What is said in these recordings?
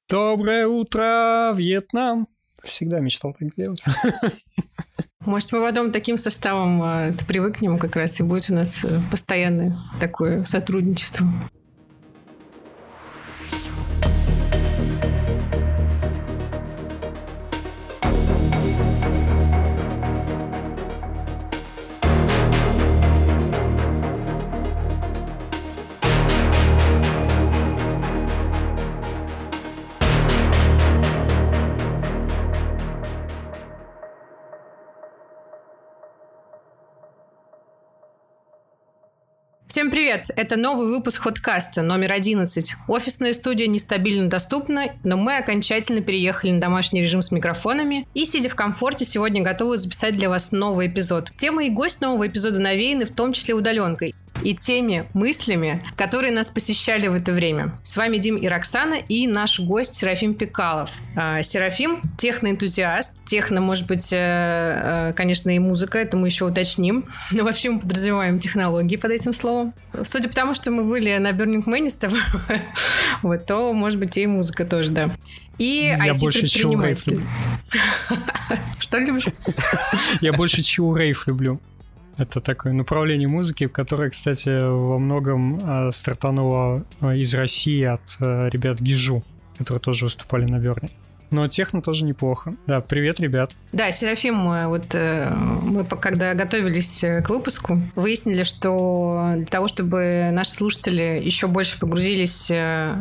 Доброе утро, Вьетнам. Всегда мечтал так делать. Может, мы потом таким составом привыкнем как раз, и будет у нас постоянное такое сотрудничество. Всем привет! Это новый выпуск Ходкаста, номер 11. Офисная студия нестабильно доступна, но мы окончательно переехали на домашний режим с микрофонами и, сидя в комфорте, сегодня готовы записать для вас новый эпизод. Тема и гость нового эпизода навеяны в том числе удаленкой и теми мыслями, которые нас посещали в это время. С вами Дим и Роксана и наш гость Серафим Пекалов. Серафим – техноэнтузиаст. Техно, может быть, конечно, и музыка, это мы еще уточним. Но вообще мы подразумеваем технологии под этим словом. Судя по тому, что мы были на Burning Man с тобой, вот, то, может быть, и музыка тоже, да. И я больше чиу-рейв люблю. Что любишь? Я больше чиу-рейв люблю. Это такое направление музыки, которое, кстати, во многом стартануло из России от ребят Гижу, которые тоже выступали на Берне. Но техно тоже неплохо. Да, привет, ребят. Да, Серафим, мы когда готовились к выпуску, выяснили, что для того, чтобы наши слушатели еще больше погрузились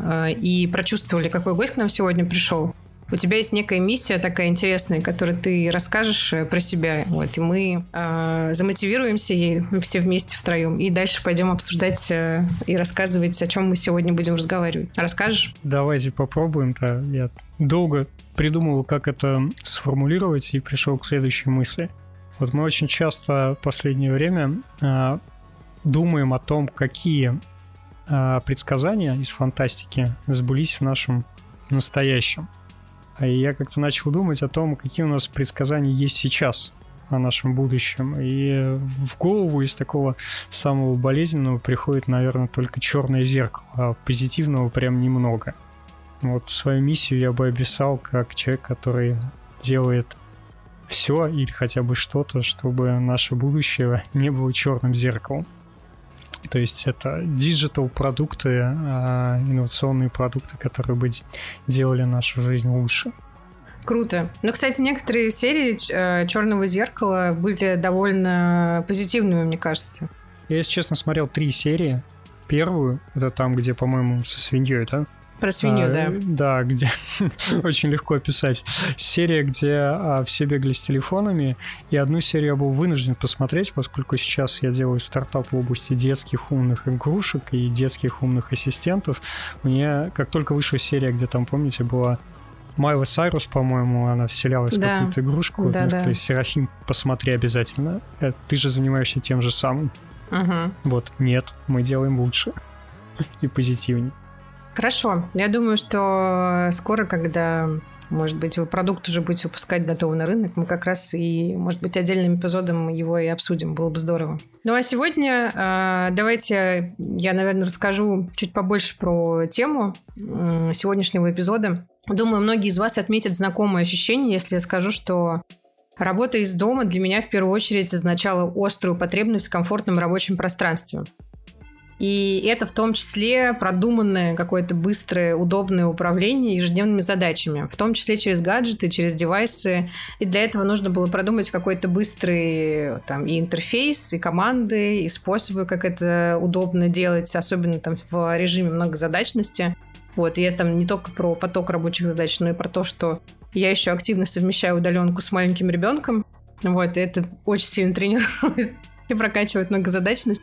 и прочувствовали, какой гость к нам сегодня пришел, у тебя есть некая миссия такая интересная, которую ты расскажешь про себя. Вот, и мы замотивируемся ей все вместе втроем. И дальше пойдем обсуждать и рассказывать, о чем мы сегодня будем разговаривать. Расскажешь? Давайте попробуем. Да. Я долго придумывал, как это сформулировать, и пришел к следующей мысли. Вот мы очень часто в последнее время думаем о том, какие предсказания из фантастики сбылись в нашем настоящем. И я как-то начал думать о том, какие у нас предсказания есть сейчас о нашем будущем. И в голову из такого самого болезненного приходит, наверное, только черное зеркало, а позитивного прям немного. Вот свою миссию я бы описал как человек, который делает все или хотя бы что-то, чтобы наше будущее не было черным зеркалом. То есть это диджитал-продукты, инновационные продукты, которые бы делали нашу жизнь лучше. Круто. Но, кстати, некоторые серии «Черного зеркала» были довольно позитивными, мне кажется. Я, если честно, смотрел 3 серии. Первую, это там, где, по-моему, со свиньей, да? Про свинью, да. Да, где очень легко описать. Серия, где все бегали с телефонами, и одну серию я был вынужден посмотреть, поскольку сейчас я делаю стартап в области детских умных игрушек и детских умных ассистентов. Мне, как только вышла серия, где там, помните, была Майла Сайрус, по-моему, она вселялась в какую-то игрушку. Да, да. То есть, Серафим, посмотри обязательно. Ты же занимаешься тем же самым. Угу. Вот, нет, мы делаем лучше и позитивнее. Хорошо. Я думаю, что скоро, когда, может быть, вы продукт уже будете выпускать готовый на рынок, мы как раз и, может быть, отдельным эпизодом его и обсудим. Было бы здорово. Ну, а сегодня давайте я, наверное, расскажу чуть побольше про тему сегодняшнего эпизода. Думаю, многие из вас отметят знакомое ощущение, если я скажу, что работа из дома для меня в первую очередь означала острую потребность в комфортном рабочем пространстве. И это в том числе продуманное какое-то быстрое, удобное управление ежедневными задачами, в том числе через гаджеты, через девайсы. И для этого нужно было продумать какой-то быстрый там, и интерфейс, и команды, и способы, как это удобно делать, особенно там, в режиме многозадачности. Вот, и это там не только про поток рабочих задач, но и про то, что я еще активно совмещаю удаленку с маленьким ребенком. Вот, и это очень сильно тренирует и прокачивает многозадачность.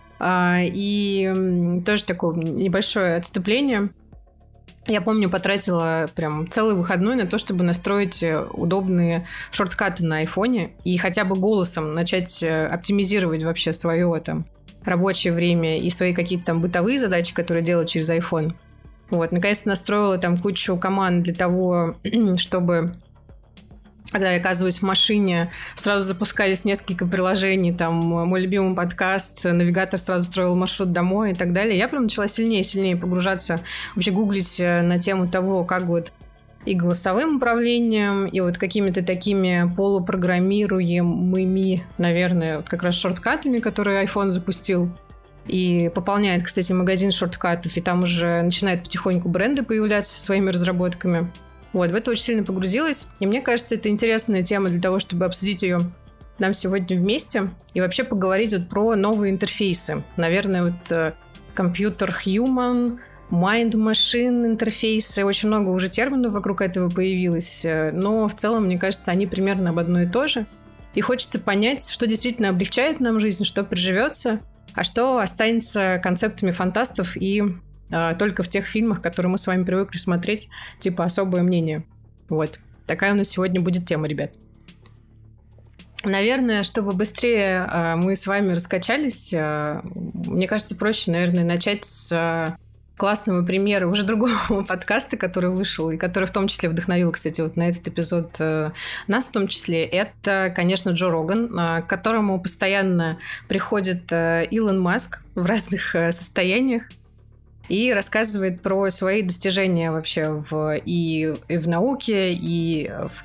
И тоже такое небольшое отступление. Я помню, потратила прям целый выходной на то, чтобы настроить удобные шорткаты на айфоне и хотя бы голосом начать оптимизировать вообще свое там рабочее время и свои какие-то там бытовые задачи, которые делаю через iPhone. Вот, наконец-то настроила там кучу команд для того, чтобы Когда я оказываюсь в машине, сразу запускались несколько приложений, там мой любимый подкаст, навигатор сразу строил маршрут домой и так далее. Я прям начала сильнее и сильнее погружаться, вообще гуглить на тему того, как вот и голосовым управлением, и вот какими-то такими полупрограммируемыми, наверное, вот как раз шорткатами, которые iPhone запустил. И пополняет, кстати, магазин шорткатов, и там уже начинают потихоньку бренды появляться со своими разработками. Вот, в это очень сильно погрузилась. И мне кажется, это интересная тема для того, чтобы обсудить ее нам сегодня вместе. И вообще поговорить вот про новые интерфейсы. Наверное, вот компьютер-human, mind-machine интерфейсы. Очень много уже терминов вокруг этого появилось. Но в целом, мне кажется, они примерно об одно и то же. И хочется понять, что действительно облегчает нам жизнь, что приживется, а что останется концептами фантастов и только в тех фильмах, которые мы с вами привыкли смотреть, типа «Особое мнение». Вот. Такая у нас сегодня будет тема, ребят. Наверное, чтобы быстрее мы с вами раскачались, мне кажется, проще, наверное, начать с классного примера уже другого подкаста, который вышел, и который в том числе вдохновил, кстати, вот на этот эпизод нас в том числе. Это, конечно, Джо Роган, к которому постоянно приходит Илон Маск в разных состояниях и рассказывает про свои достижения вообще и в науке, и в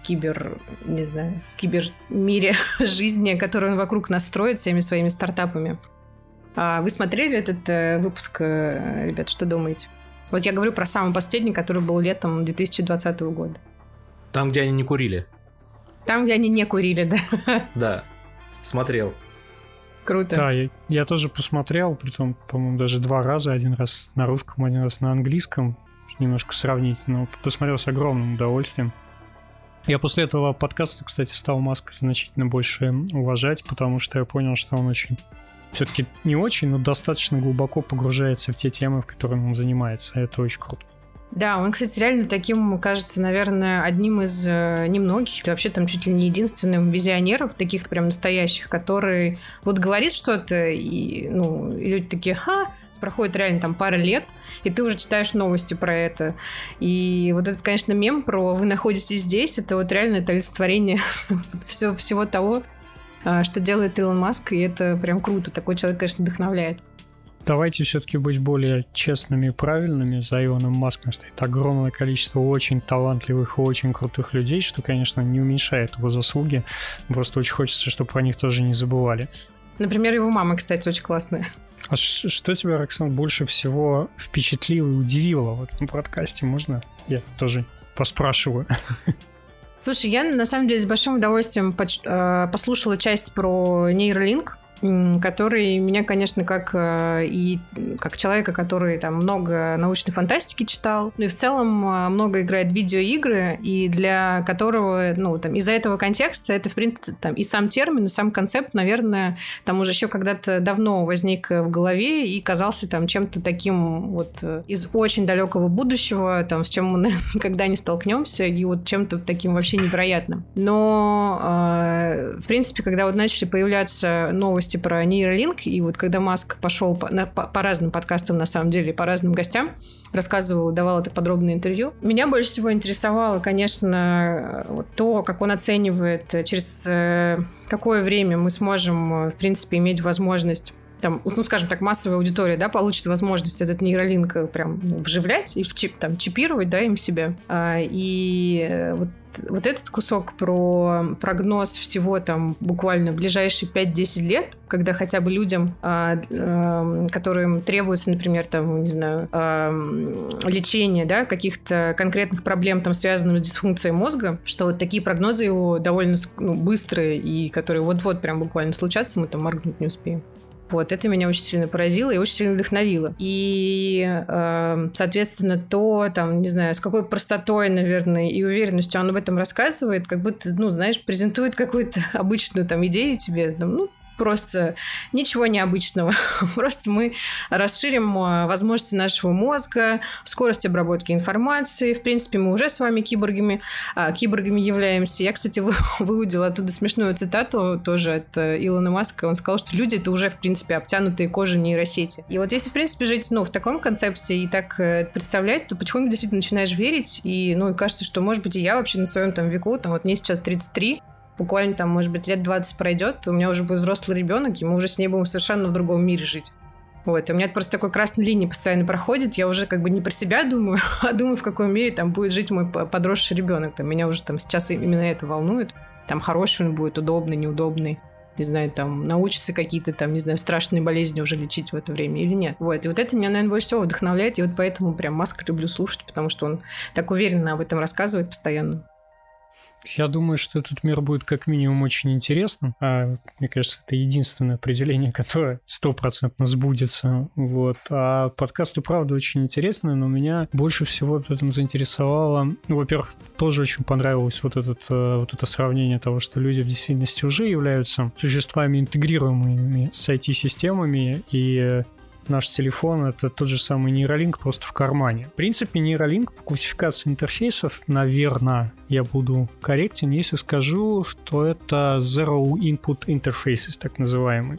кибермире жизни, который он вокруг нас строит всеми своими стартапами. Вы смотрели этот выпуск, ребят, что думаете? Вот я говорю про самый последний, который был летом 2020 года. Там, где они не курили. Там, где они не курили, да. Да, смотрел. Круто. Да, я тоже посмотрел, притом, по-моему, даже 2 раза. Один раз на русском, один раз на английском. Немножко сравнить, но посмотрел с огромным удовольствием. Я после этого подкаста, кстати, стал Маска значительно больше уважать, потому что я понял, что он очень... Все-таки не очень, но достаточно глубоко погружается в те темы, в которых он занимается. Это очень круто. Да, он, кстати, реально таким, кажется, наверное, одним из немногих, или вообще там чуть ли не единственным визионеров, таких прям настоящих, который вот говорит что-то, и люди такие, проходит реально там пара лет, и ты уже читаешь новости про это. И вот этот, конечно, мем про «вы находитесь здесь», это вот реально это олицетворение всего того, что делает Илон Маск, и это прям круто. Такой человек, конечно, вдохновляет. Давайте все-таки быть более честными и правильными. За Илоном Маском стоит огромное количество очень талантливых и очень крутых людей, что, конечно, не уменьшает его заслуги. Просто очень хочется, чтобы про них тоже не забывали. Например, его мама, кстати, очень классная. А что тебя, Роксан, больше всего впечатлило и удивило в этом подкасте? Можно я тоже поспрашиваю? Слушай, я на самом деле с большим удовольствием послушала часть про нейролинк, который меня, конечно, как человека, который там много научной фантастики читал, ну и в целом много играет в видеоигры, и для которого, из-за этого контекста это, в принципе, там и сам термин, и сам концепт, наверное, там уже еще когда-то давно возник в голове и казался там чем-то таким вот из очень далекого будущего, там, с чем мы, наверное, никогда не столкнемся, и вот чем-то таким вообще невероятным. Но, в принципе, когда вот начали появляться новости про нейролинк, и вот когда Маск пошел по разным подкастам, на самом деле, по разным гостям, рассказывал, давал это подробное интервью. Меня больше всего интересовало, конечно, то, как он оценивает, через какое время мы сможем, в принципе, иметь возможность там, скажем так, массовая аудитория, да, получит возможность этот нейролинк прям вживлять и чипировать, да, им в себя. И вот этот кусок про прогноз всего там буквально ближайшие 5-10 лет, когда хотя бы людям, которым требуется, например, там, не знаю, лечение, да, каких-то конкретных проблем, там, связанных с дисфункцией мозга, что вот такие прогнозы его довольно быстрые и которые вот-вот прям буквально случатся, мы там моргнуть не успеем. Вот, это меня очень сильно поразило и очень сильно вдохновило. И, соответственно, там, не знаю, с какой простотой, наверное, и уверенностью он об этом рассказывает, как будто, презентует какую-то обычную там идею тебе, там, Просто ничего необычного. Просто мы расширим возможности нашего мозга, скорость обработки информации. В принципе, мы уже с вами киборгами являемся. Я, кстати, выудила оттуда смешную цитату тоже от Илона Маска. Он сказал, что люди — это уже, в принципе, обтянутые кожей нейросети. И вот если, в принципе, жить, в таком концепции и так представлять, то потихоньку действительно начинаешь верить. И, и кажется, что, может быть, и я вообще на своем веку, вот мне сейчас 33, буквально может быть, лет 20 пройдет, у меня уже будет взрослый ребенок, и мы уже с ней будем совершенно в другом мире жить. Вот, и у меня это просто такой красной линии постоянно проходит, я уже не про себя думаю, а думаю, в каком мире будет жить мой подросший ребенок. Меня уже сейчас именно это волнует. Хороший он будет, удобный, неудобный. Не знаю, научатся какие-то страшные болезни уже лечить в это время или нет. Вот, и вот это меня, наверное, больше всего вдохновляет, и вот поэтому прям Маска люблю слушать, потому что он так уверенно об этом рассказывает постоянно. Я думаю, что этот мир будет как минимум очень интересным. Мне кажется, это единственное определение, которое 100% сбудется. Вот. А подкасты, правда, очень интересные, но меня больше всего в этом заинтересовало. Во-первых, тоже очень понравилось вот это сравнение того, что люди в действительности уже являются существами, интегрируемыми с IT-системами, и наш телефон — это тот же самый нейролинк, просто в кармане. В принципе, нейролинк по классификации интерфейсов, наверное, я буду корректен, если скажу, что это Zero Input Interfaces, так называемый.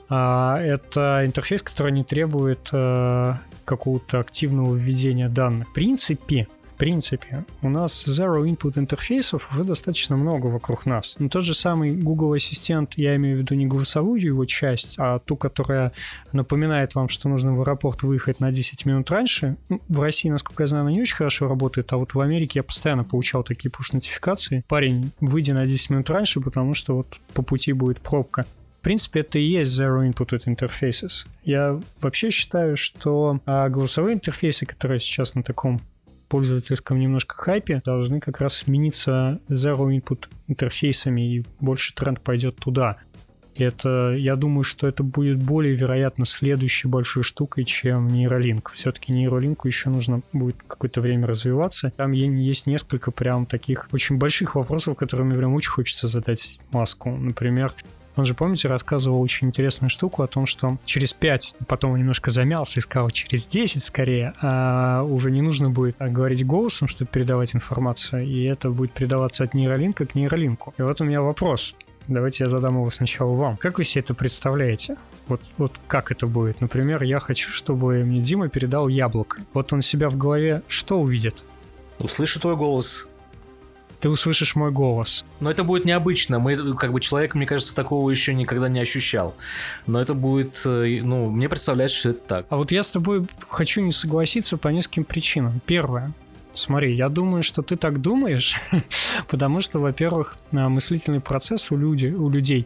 Это интерфейс, который не требует какого-то активного введения данных. В принципе, у нас Zero Input интерфейсов уже достаточно много вокруг нас. Но тот же самый Google Ассистент, я имею в виду не голосовую его часть, а ту, которая напоминает вам, что нужно в аэропорт выехать на 10 минут раньше. В России, насколько я знаю, она не очень хорошо работает, а вот в Америке я постоянно получал такие push-нотификации. Парень, выйди на 10 минут раньше, потому что вот по пути будет пробка. В принципе, это и есть Zero Input Interfaces. Я вообще считаю, что голосовые интерфейсы, которые сейчас на таком пользовательском немножко хайпе, должны как раз смениться Zero Input интерфейсами, и больше тренд пойдет туда. И я думаю, что это будет более вероятно следующей большой штукой, чем нейролинк. Все-таки нейролинку еще нужно будет какое-то время развиваться. Там есть несколько прям таких очень больших вопросов, которые мне прям очень хочется задать Маску. Например, он же, помните, рассказывал очень интересную штуку о том, что через 5, потом он немножко замялся и сказал, через 10 скорее, уже не нужно будет говорить голосом, чтобы передавать информацию, и это будет передаваться от нейролинка к нейролинку. И вот у меня вопрос. Давайте я задам его сначала вам. Как вы себе это представляете? Вот как это будет? Например, я хочу, чтобы мне Дима передал яблоко. Вот он себя в голове что увидит? Услышит твой голос. Ты услышишь мой голос. Но это будет необычно. Человек, мне кажется, такого еще никогда не ощущал. Но это будет, мне представляется, что это так. А вот я с тобой хочу не согласиться по нескольким причинам. Первое. Смотри, я думаю, что ты так думаешь, потому что, во-первых, мыслительный процесс у людей,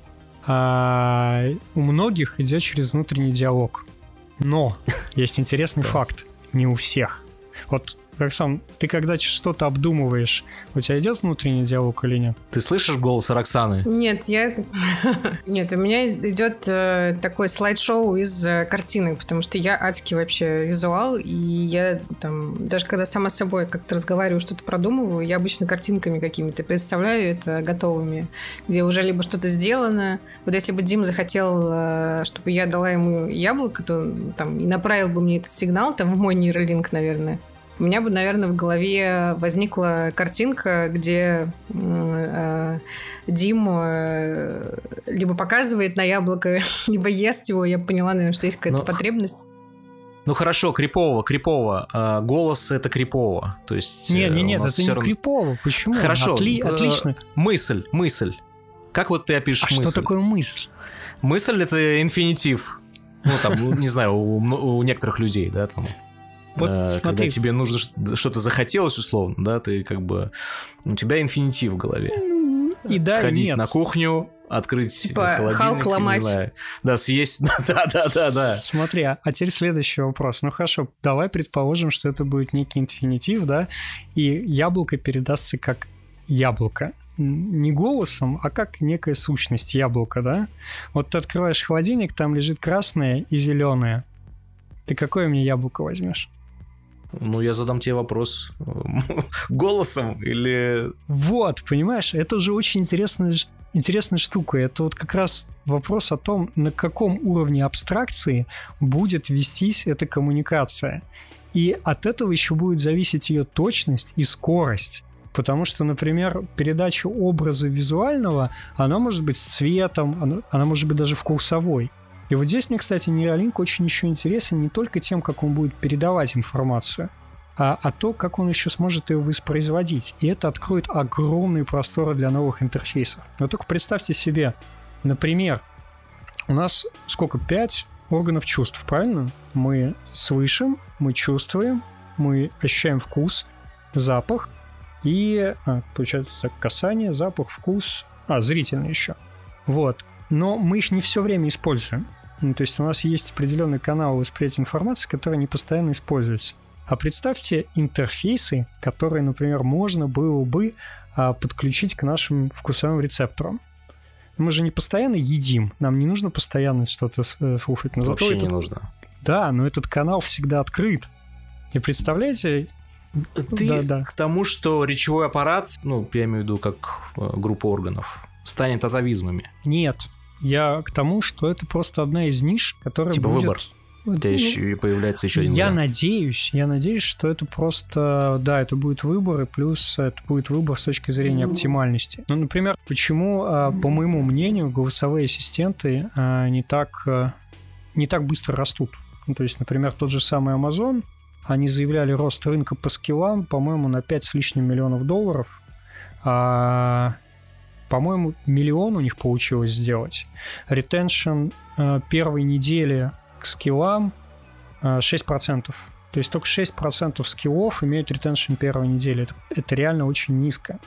у многих идет через внутренний диалог. Но есть интересный факт. Не у всех. Вот, Роксан, ты когда что-то обдумываешь, у тебя идет внутренний диалог или нет? Ты слышишь голос Роксаны? Нет, Нет, у меня идет такой слайд-шоу из картинок, потому что я адский вообще визуал, и я даже когда сама с собой как-то разговариваю, что-то продумываю, я обычно картинками какими-то представляю это готовыми, где уже либо что-то сделано. Вот если бы Дим захотел, чтобы я дала ему яблоко, то и направил бы мне этот сигнал в мой нейролинк, наверное. У меня бы, наверное, в голове возникла картинка, где Дим либо показывает на яблоко, либо ест его. Я поняла, наверное, что есть какая-то потребность. Ну хорошо, крипово. Голос — это крипово. То есть нет, это не крипово. Почему? Хорошо. Отлично. Мысль. Как вот ты опишешь мысль? Что такое мысль? Мысль — это инфинитив. Не знаю, у некоторых людей, да, Вот когда тебе нужно что-то захотелось, условно, да, ты у тебя инфинитив в голове. И да, сходить и нет. на кухню, открыть холодильник, Халк ломать. не знаю. Да, съесть. Да. Смотри, а теперь следующий вопрос. Ну хорошо, давай предположим, что это будет некий инфинитив, да, и яблоко передастся как яблоко. Не голосом, а как некая сущность яблока, да? Вот ты открываешь холодильник, там лежит красное и зеленое. Ты какое мне яблоко возьмешь? Я задам тебе вопрос голосом или... Вот, понимаешь, это уже очень интересная интересная штука. Это вот как раз вопрос о том, на каком уровне абстракции будет вестись эта коммуникация. И от этого еще будет зависеть ее точность и скорость. Потому что, например, передача образа визуального, она может быть с цветом, она может быть даже в курсовой. И вот здесь мне, кстати, нейролинк очень еще интересен не только тем, как он будет передавать информацию, а то, как он еще сможет ее воспроизводить. И это откроет огромные просторы для новых интерфейсов. Но только представьте себе, например, у нас сколько? 5 органов чувств, правильно? Мы слышим, мы чувствуем, мы ощущаем вкус, запах и, получается, касание, запах, вкус, зрительный еще. Вот. Но мы их не все время используем. То есть у нас есть определенный канал восприятия информации, который не постоянно используется. А представьте интерфейсы, которые, например, можно было бы подключить к нашим вкусовым рецепторам. Мы же не постоянно едим, нам не нужно постоянно что-то слушать. Но вообще не нужно. Да, но этот канал всегда открыт. И представляете... Ты к тому, что речевой аппарат, я имею в виду как группа органов, станет атовизмами? Нет, я к тому, что это просто одна из ниш, которая будет... выбор. Появляется еще один вариант. Я надеюсь, что это просто, это будет выбор, и плюс это будет выбор с точки зрения оптимальности. Например, почему, по моему мнению, голосовые ассистенты не так быстро растут? То есть, например, тот же самый Amazon, они заявляли рост рынка по скиллам, по-моему, на 5 с лишним миллионов долларов. По-моему, миллион у них получилось сделать. Ретеншн первой недели к скиллам 6%. То есть только 6% скиллов имеют ретеншн первой недели. Это реально очень низко.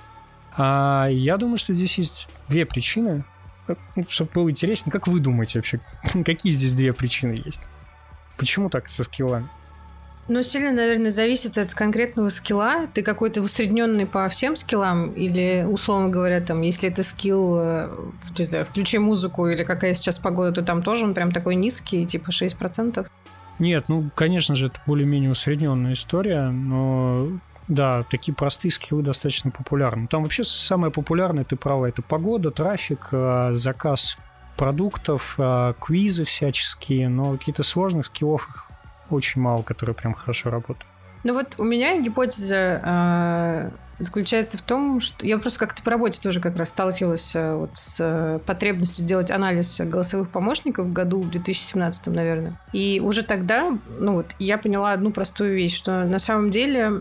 Я думаю, что здесь есть две причины. Чтобы было интересно, как вы думаете вообще, какие здесь две причины есть? Почему так со скиллами? Сильно, наверное, зависит от конкретного скилла. Ты какой-то усредненный по всем скиллам? Или, условно говоря, там, если это скилл, не знаю, включи музыку или какая сейчас погода, то там тоже он прям такой низкий, типа 6%? Нет, конечно же, это более-менее усредненная история, но да, такие простые скиллы достаточно популярны. Там вообще самое популярное, ты права, это погода, трафик, заказ продуктов, квизы всяческие, но какие-то сложных скиллов их очень мало, которые прям хорошо работают. У меня гипотеза заключается в том, что я просто как-то по работе тоже как раз сталкивалась с потребностью сделать анализ голосовых помощников в году, в 2017, наверное. И уже тогда, я поняла одну простую вещь, что на самом деле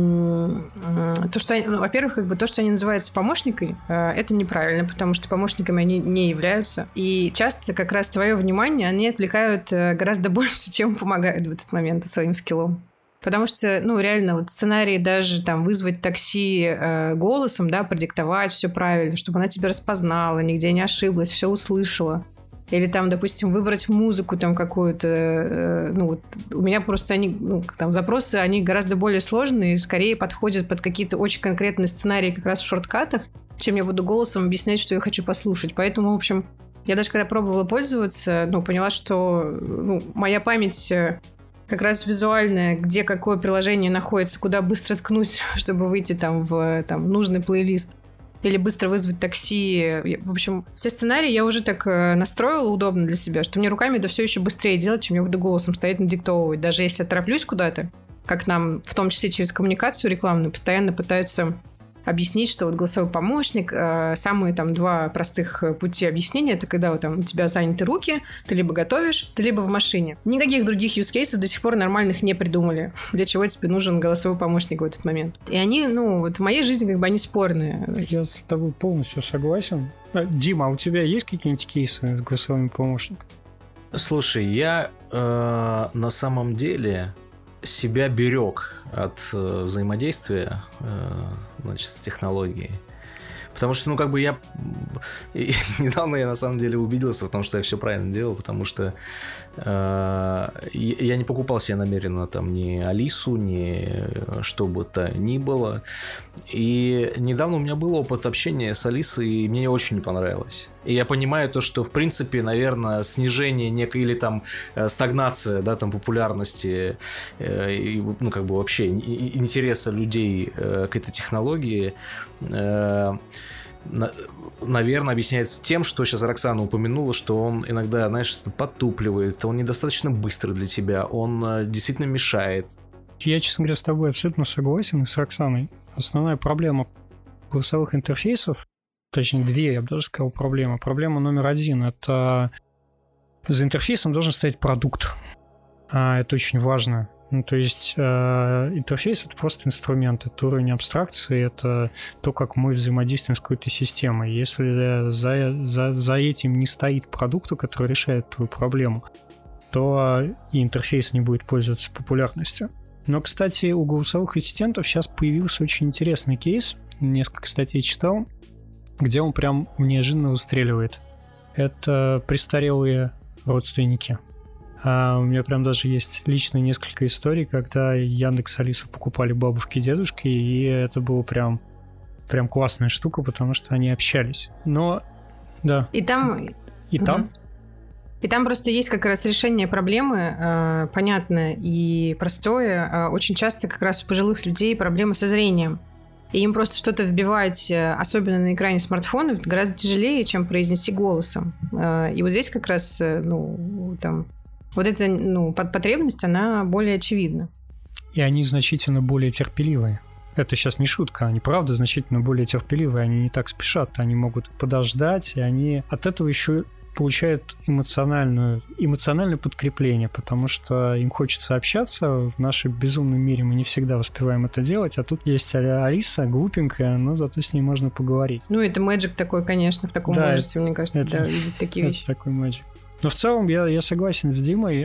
то, что они, во-первых, то, что они называются помощниками, это неправильно, потому что помощниками они не являются. И часто как раз твое внимание они отвлекают гораздо больше, чем помогают в этот момент своим скиллом. Потому что, реально, сценарий даже там вызвать такси голосом, продиктовать все правильно, чтобы она тебя распознала, нигде не ошиблась, все услышала. Или там, допустим, выбрать музыку там какую-то. У меня просто запросы, они гораздо более сложные и скорее подходят под какие-то очень конкретные сценарии как раз в шорткатах, чем я буду голосом объяснять, что я хочу послушать. Поэтому, в общем, я даже когда пробовала пользоваться, поняла, что моя память... как раз визуальное, где какое приложение находится, куда быстро ткнуть, чтобы выйти в нужный плейлист. Или быстро вызвать такси. В общем, все сценарии я уже так настроила удобно для себя, что мне руками это все еще быстрее делать, чем я буду голосом стоять надиктовывать. Даже если я тороплюсь куда-то, как нам, в том числе через коммуникацию рекламную, постоянно пытаются объяснить, что голосовой помощник, самые два простых пути объяснения, это когда у тебя заняты руки, ты либо готовишь, ты либо в машине. Никаких других use cases до сих пор нормальных не придумали, для чего тебе нужен голосовой помощник в этот момент. И они, в моей жизни они спорные. Я с тобой полностью согласен. Дима, а у тебя есть какие-нибудь кейсы с голосовыми помощниками? Слушай, я на самом деле себя берег от взаимодействия с технологией. Потому что, недавно я на самом деле убедился в том, что я все правильно делал, потому что я не покупал себе намеренно ни Алису, ни что бы то ни было. И недавно у меня был опыт общения с Алисой, и мне очень не понравилось. И я понимаю то, что, в принципе, наверное, снижение некой или стагнация, популярности, вообще интереса людей к этой технологии наверное, объясняется тем, что сейчас Роксана упомянула, что он иногда, знаешь, подтупливает, он недостаточно быстрый для тебя, он действительно мешает. Я, честно говоря, с тобой абсолютно согласен, и с Роксаной. Основная проблема голосовых интерфейсов, точнее, две, я бы даже сказал, проблема. Проблема номер один — это за интерфейсом должен стоять продукт. Это очень важно. Ну, то есть интерфейс — это просто инструмент, это уровень абстракции, это то, как мы взаимодействуем с какой-то системой. Если за этим не стоит продукт, который решает твою проблему, то и интерфейс не будет пользоваться популярностью. Но, кстати, у голосовых ассистентов сейчас появился очень интересный кейс, несколько статей читал, где он прям неожиданно выстреливает. Это престарелые родственники. У меня прям даже есть личные несколько историй, когда Яндекс Алису покупали бабушки и дедушки, и это было прям классная штука, потому что они общались. Но, да. И там просто есть как раз решение проблемы, понятное и простое. Очень часто как раз у пожилых людей проблемы со зрением. И им просто что-то вбивать, особенно на экране смартфона, гораздо тяжелее, чем произнести голосом. И вот здесь как раз, вот эта потребность, она более очевидна. И они значительно более терпеливые. Это сейчас не шутка, они правда значительно более терпеливые, они не так спешат, они могут подождать, и они от этого еще получают эмоциональное подкрепление, потому что им хочется общаться. В нашем безумном мире мы не всегда успеваем это делать, а тут есть Алиса, глупенькая, но зато с ней можно поговорить. Ну, это мэджик такой, конечно, в таком возрасте, мне кажется, видеть такие вещи. Это такой мэджик. Но в целом я согласен с Димой,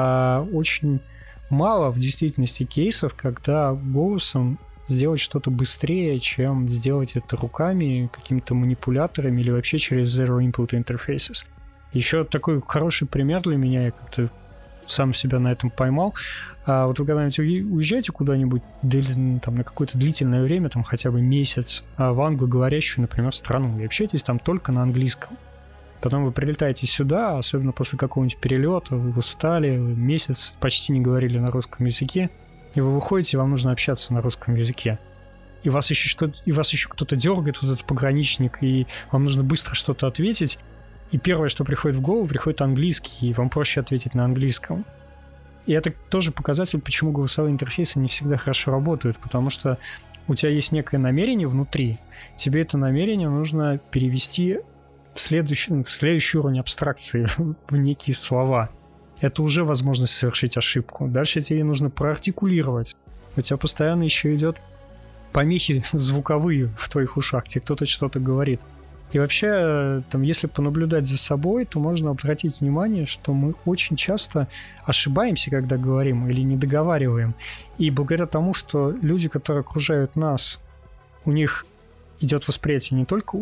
очень мало в действительности кейсов, когда голосом сделать что-то быстрее, чем сделать это руками, какими-то манипуляторами или вообще через Zero Input Interfaces. Еще такой хороший пример для меня, я как-то сам себя на этом поймал. Вот вы когда-нибудь уезжаете куда-нибудь там, на какое-то длительное время, там хотя бы месяц, в англоговорящую, например, страну, и общаетесь там только на английском. Потом вы прилетаете сюда, особенно после какого-нибудь перелета, вы устали, месяц почти не говорили на русском языке, и вы выходите, и вам нужно общаться на русском языке. И вас еще кто-то дергает, вот этот пограничник, и вам нужно быстро что-то ответить. И первое, что приходит в голову, приходит английский, и вам проще ответить на английском. И это тоже показатель, почему голосовые интерфейсы не всегда хорошо работают, потому что у тебя есть некое намерение внутри, тебе это намерение нужно перевести в следующий уровень абстракции, в некие слова. Это уже возможность совершить ошибку. Дальше тебе нужно проартикулировать. У тебя постоянно еще идет помехи звуковые в твоих ушах, тебе кто-то что-то говорит. И вообще, если понаблюдать за собой, то можно обратить внимание, что мы очень часто ошибаемся, когда говорим или не договариваем. И благодаря тому, что люди, которые окружают нас, у них идет восприятие не только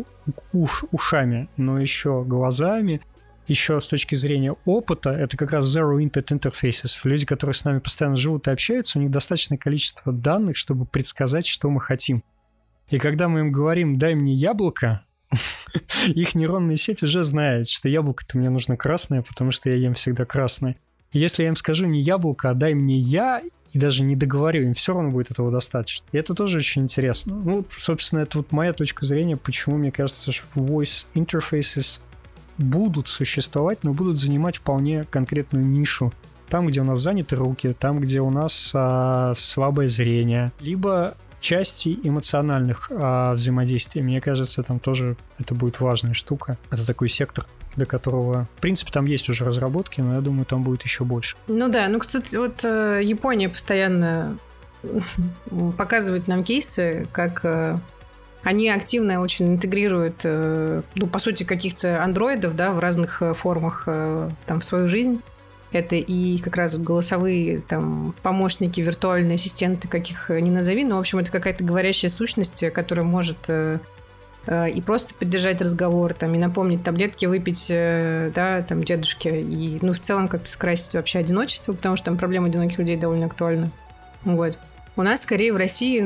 ушами, но еще глазами, еще с точки зрения опыта, это как раз Zero Input Interfaces. Люди, которые с нами постоянно живут и общаются, у них достаточное количество данных, чтобы предсказать, что мы хотим. И когда мы им говорим «дай мне яблоко», их нейронные сети уже знают, что яблоко-то мне нужно красное, потому что я ем всегда красное. И если я им скажу не яблоко, а дай мне я, и даже не договорю, им все равно будет этого достаточно. И это тоже очень интересно. Ну, собственно, это вот моя точка зрения, почему мне кажется, что voice interfaces будут существовать, но будут занимать вполне конкретную нишу. Там, где у нас заняты руки, там, где у нас слабое зрение, либо части эмоциональных взаимодействий. Мне кажется, там тоже это будет важная штука. Это такой сектор, для которого, в принципе, там есть уже разработки, но я думаю, там будет еще больше. Ну да, кстати, вот Япония постоянно показывает нам кейсы, как они активно очень интегрируют, по сути, каких-то андроидов, да, в разных формах в свою жизнь. Это и как раз голосовые помощники, виртуальные ассистенты, каких ни назови. Но, в общем, это какая-то говорящая сущность, которая может и просто поддержать разговор, и напомнить таблетки выпить, дедушке. И, в целом, как-то скрасить вообще одиночество, потому что проблема одиноких людей довольно актуальна. Вот. У нас, скорее, в России,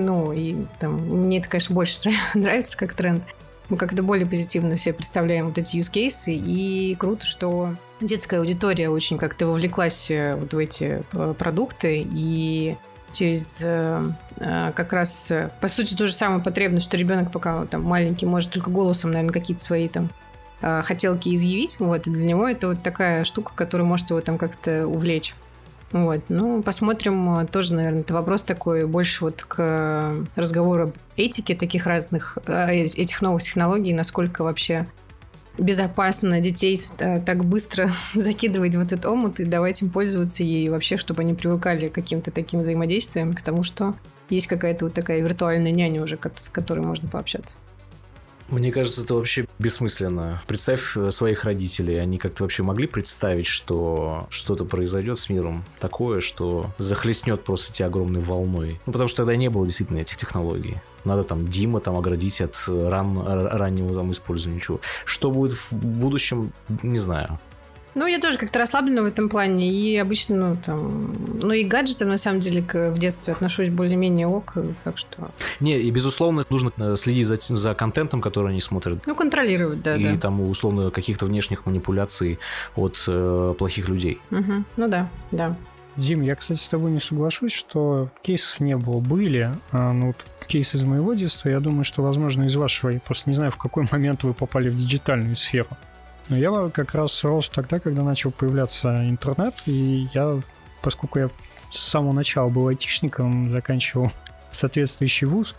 мне это, конечно, больше нравится как тренд. Мы как-то более позитивно все представляем вот эти use cases, и круто, что детская аудитория очень как-то вовлеклась вот в эти продукты, и через как раз, по сути, ту же самую потребность, что ребенок пока там маленький может только голосом, наверное, какие-то свои там хотелки изъявить. Вот, и для него это вот такая штука, которая может его там как-то увлечь. Вот, ну, посмотрим, тоже, наверное, это вопрос такой больше вот к разговору об этике таких разных, этих новых технологий, насколько вообще безопасно детей так быстро закидывать в этот омут и давать им пользоваться, и вообще, чтобы они привыкали к каким-то таким взаимодействиям, к тому, что есть какая-то вот такая виртуальная няня уже, с которой можно пообщаться. Мне кажется, это вообще бессмысленно. Представь своих родителей. Они как-то вообще могли представить, что что-то произойдет с миром такое, что захлестнет просто тебя огромной волной. Ну, потому что тогда не было действительно этих технологий. Надо там Дима там оградить от раннего там использования ничего. Что будет в будущем, не знаю. Ну, я тоже как-то расслаблена в этом плане. И обычно, и к гаджетам, на самом деле, в детстве отношусь более-менее ок. Так что... Не, и, безусловно, нужно следить за контентом, который они смотрят. Ну, контролировать, да. И там, условно, каких-то внешних манипуляций от плохих людей. Угу. Ну да. Дим, я, кстати, с тобой не соглашусь, что кейсов не было. Были, вот кейсы из моего детства, я думаю, что, возможно, из вашего. Я просто не знаю, в какой момент вы попали в диджитальную сферу. Но я как раз рос тогда, когда начал появляться интернет, и поскольку я с самого начала был айтишником, заканчивал соответствующий вуз,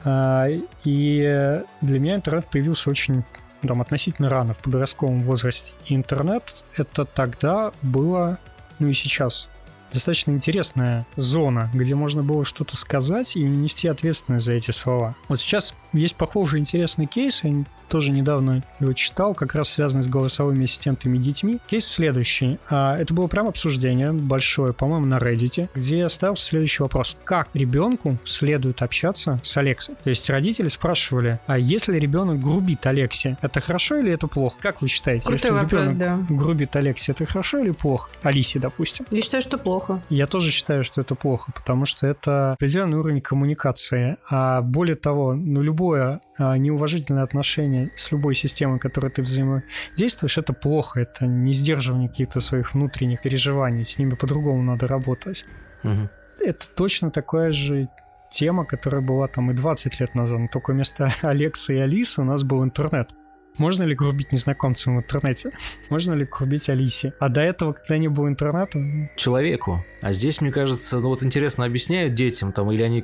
и для меня интернет появился очень относительно рано, в подростковом возрасте. И интернет это тогда было, и сейчас, достаточно интересная зона, где можно было что-то сказать и не нести ответственность за эти слова. Вот сейчас есть похожий интересный кейс, я тоже недавно его читал, как раз связанный с голосовыми ассистентами и детьми. Кейс следующий. Это было прям обсуждение большое, по-моему, на Reddit, где ставился следующий вопрос. Как ребенку следует общаться с Алексой? То есть родители спрашивали, а если ребенок грубит Алексе, это хорошо или это плохо? Как вы считаете? Крутой если вопрос, ребенок грубит Алексе, это хорошо или плохо? Алисе, допустим. Я считаю, что плохо. Я тоже считаю, что это плохо, потому что это определенный уровень коммуникации. А более того, любое неуважительное отношение с любой системой, которой ты взаимодействуешь, это плохо, это не сдерживание каких-то своих внутренних переживаний, с ними по-другому надо работать. Угу. Это точно такая же тема, которая была там и 20 лет назад, но только вместо Алексы и Алисы у нас был интернет. Можно ли грубить незнакомцам в интернете? Можно ли грубить Алисе? А до этого, когда не было интернета... Человеку. А здесь, мне кажется, интересно объясняют детям, или они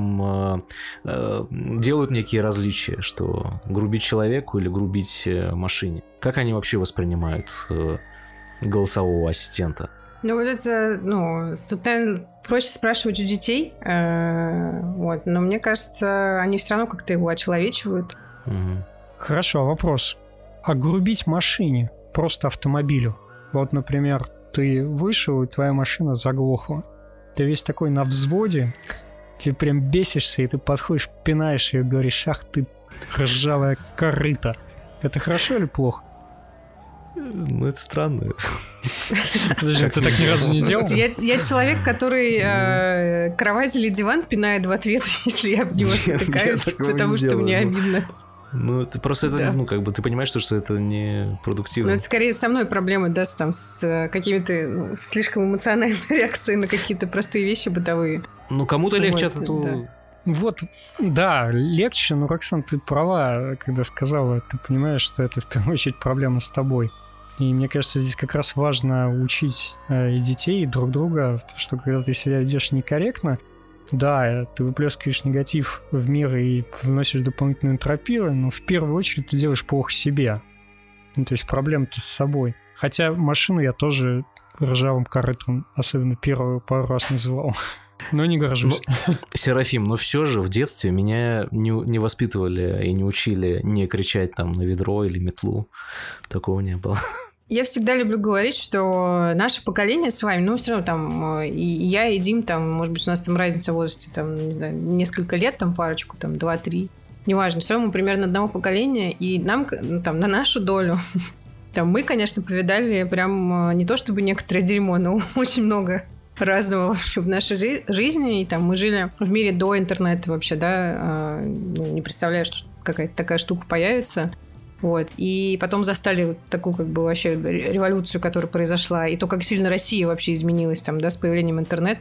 делают некие различия, что грубить человеку или грубить машине. Как они вообще воспринимают голосового ассистента? Вот это, тут, наверное, проще спрашивать у детей, но мне кажется, они все равно как-то его очеловечивают. Угу. Хорошо, вопрос. А грубить машине, просто автомобилю? Вот, например, ты вышел, и твоя машина заглохла. Ты весь такой на взводе, ты прям бесишься, и ты подходишь, пинаешь ее, говоришь, ах ты ржавая корыта. Это хорошо или плохо? Это странно. Подожди, ты так ни разу не делал? Я человек, который кровать или диван пинает в ответ, если я об него спотыкаюсь, потому что мне обидно. Это просто, ты понимаешь, что это не продуктивно. Это скорее со мной проблемы, с какими-то слишком эмоциональной реакцией на какие-то простые вещи бытовые. Кому-то легче от этого. Легче, но, Роксан, ты права, когда сказала, ты понимаешь, что это в первую очередь проблема с тобой. И мне кажется, здесь как раз важно учить и детей, и друг друга, что когда ты себя ведешь некорректно, да, ты выплескиваешь негатив в мир и вносишь дополнительную энтропию, но в первую очередь ты делаешь плохо себе. То есть проблема-то с собой. Хотя машину я тоже ржавым корытом, особенно первую пару раз называл. Но не горжусь. Серафим, но все же в детстве меня не воспитывали и не учили не кричать на ведро или метлу. Такого не было. Я всегда люблю говорить, что наше поколение с вами, все равно и я, и Дим, может быть, у нас разница в возрасте, не знаю, несколько лет, парочку, 2-3, неважно, все равно мы примерно одного поколения, и нам, на нашу долю, мы, конечно, повидали прям не то чтобы некоторое дерьмо, но очень много разного вообще в нашей жизни, и мы жили в мире до интернета вообще, не представляю, что какая-то такая штука появится. И потом застали такую вообще революцию, которая произошла, и то, как сильно Россия вообще изменилась с появлением интернета.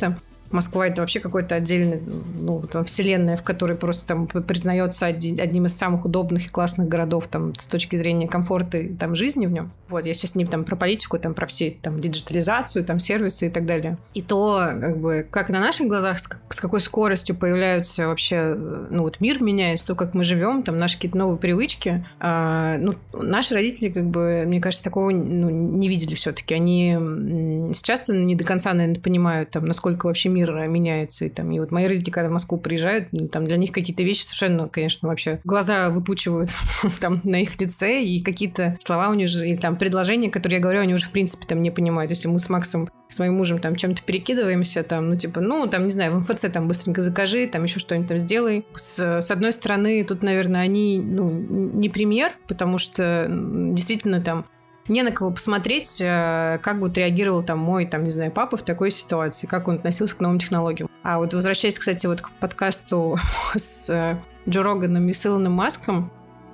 Москва — это вообще какой-то отдельный, там, вселенная, в которой просто там признается одним из самых удобных и классных городов там, с точки зрения комфорта и там, жизни в нем. Вот, я сейчас с ним там про политику, там, про все там, диджитализацию, там, сервисы и так далее. И то, как на наших глазах, с какой скоростью появляются вообще, мир меняется, то, как мы живем, там, наши какие-то новые привычки. Наши родители, мне кажется, такого не видели все-таки. Они сейчас не до конца, наверное, понимают, там, насколько вообще мир меняется. И вот мои родители, когда в Москву приезжают, там для них какие-то вещи совершенно, конечно, вообще глаза выпучивают там на их лице, и какие-то слова у них же, и там предложения, которые я говорю, они уже в принципе там не понимают. Если мы с Максом, с моим мужем там чем-то перекидываемся, там, не знаю, в МФЦ там быстренько закажи, там еще что-нибудь там сделай. С одной стороны, тут, наверное, они, не пример, потому что действительно там не на кого посмотреть, как вот реагировал там мой, там, не знаю, папа в такой ситуации, как он относился к новым технологиям. А вот возвращаясь, кстати, вот к подкасту с Джо Роганом и с Илоном Маском,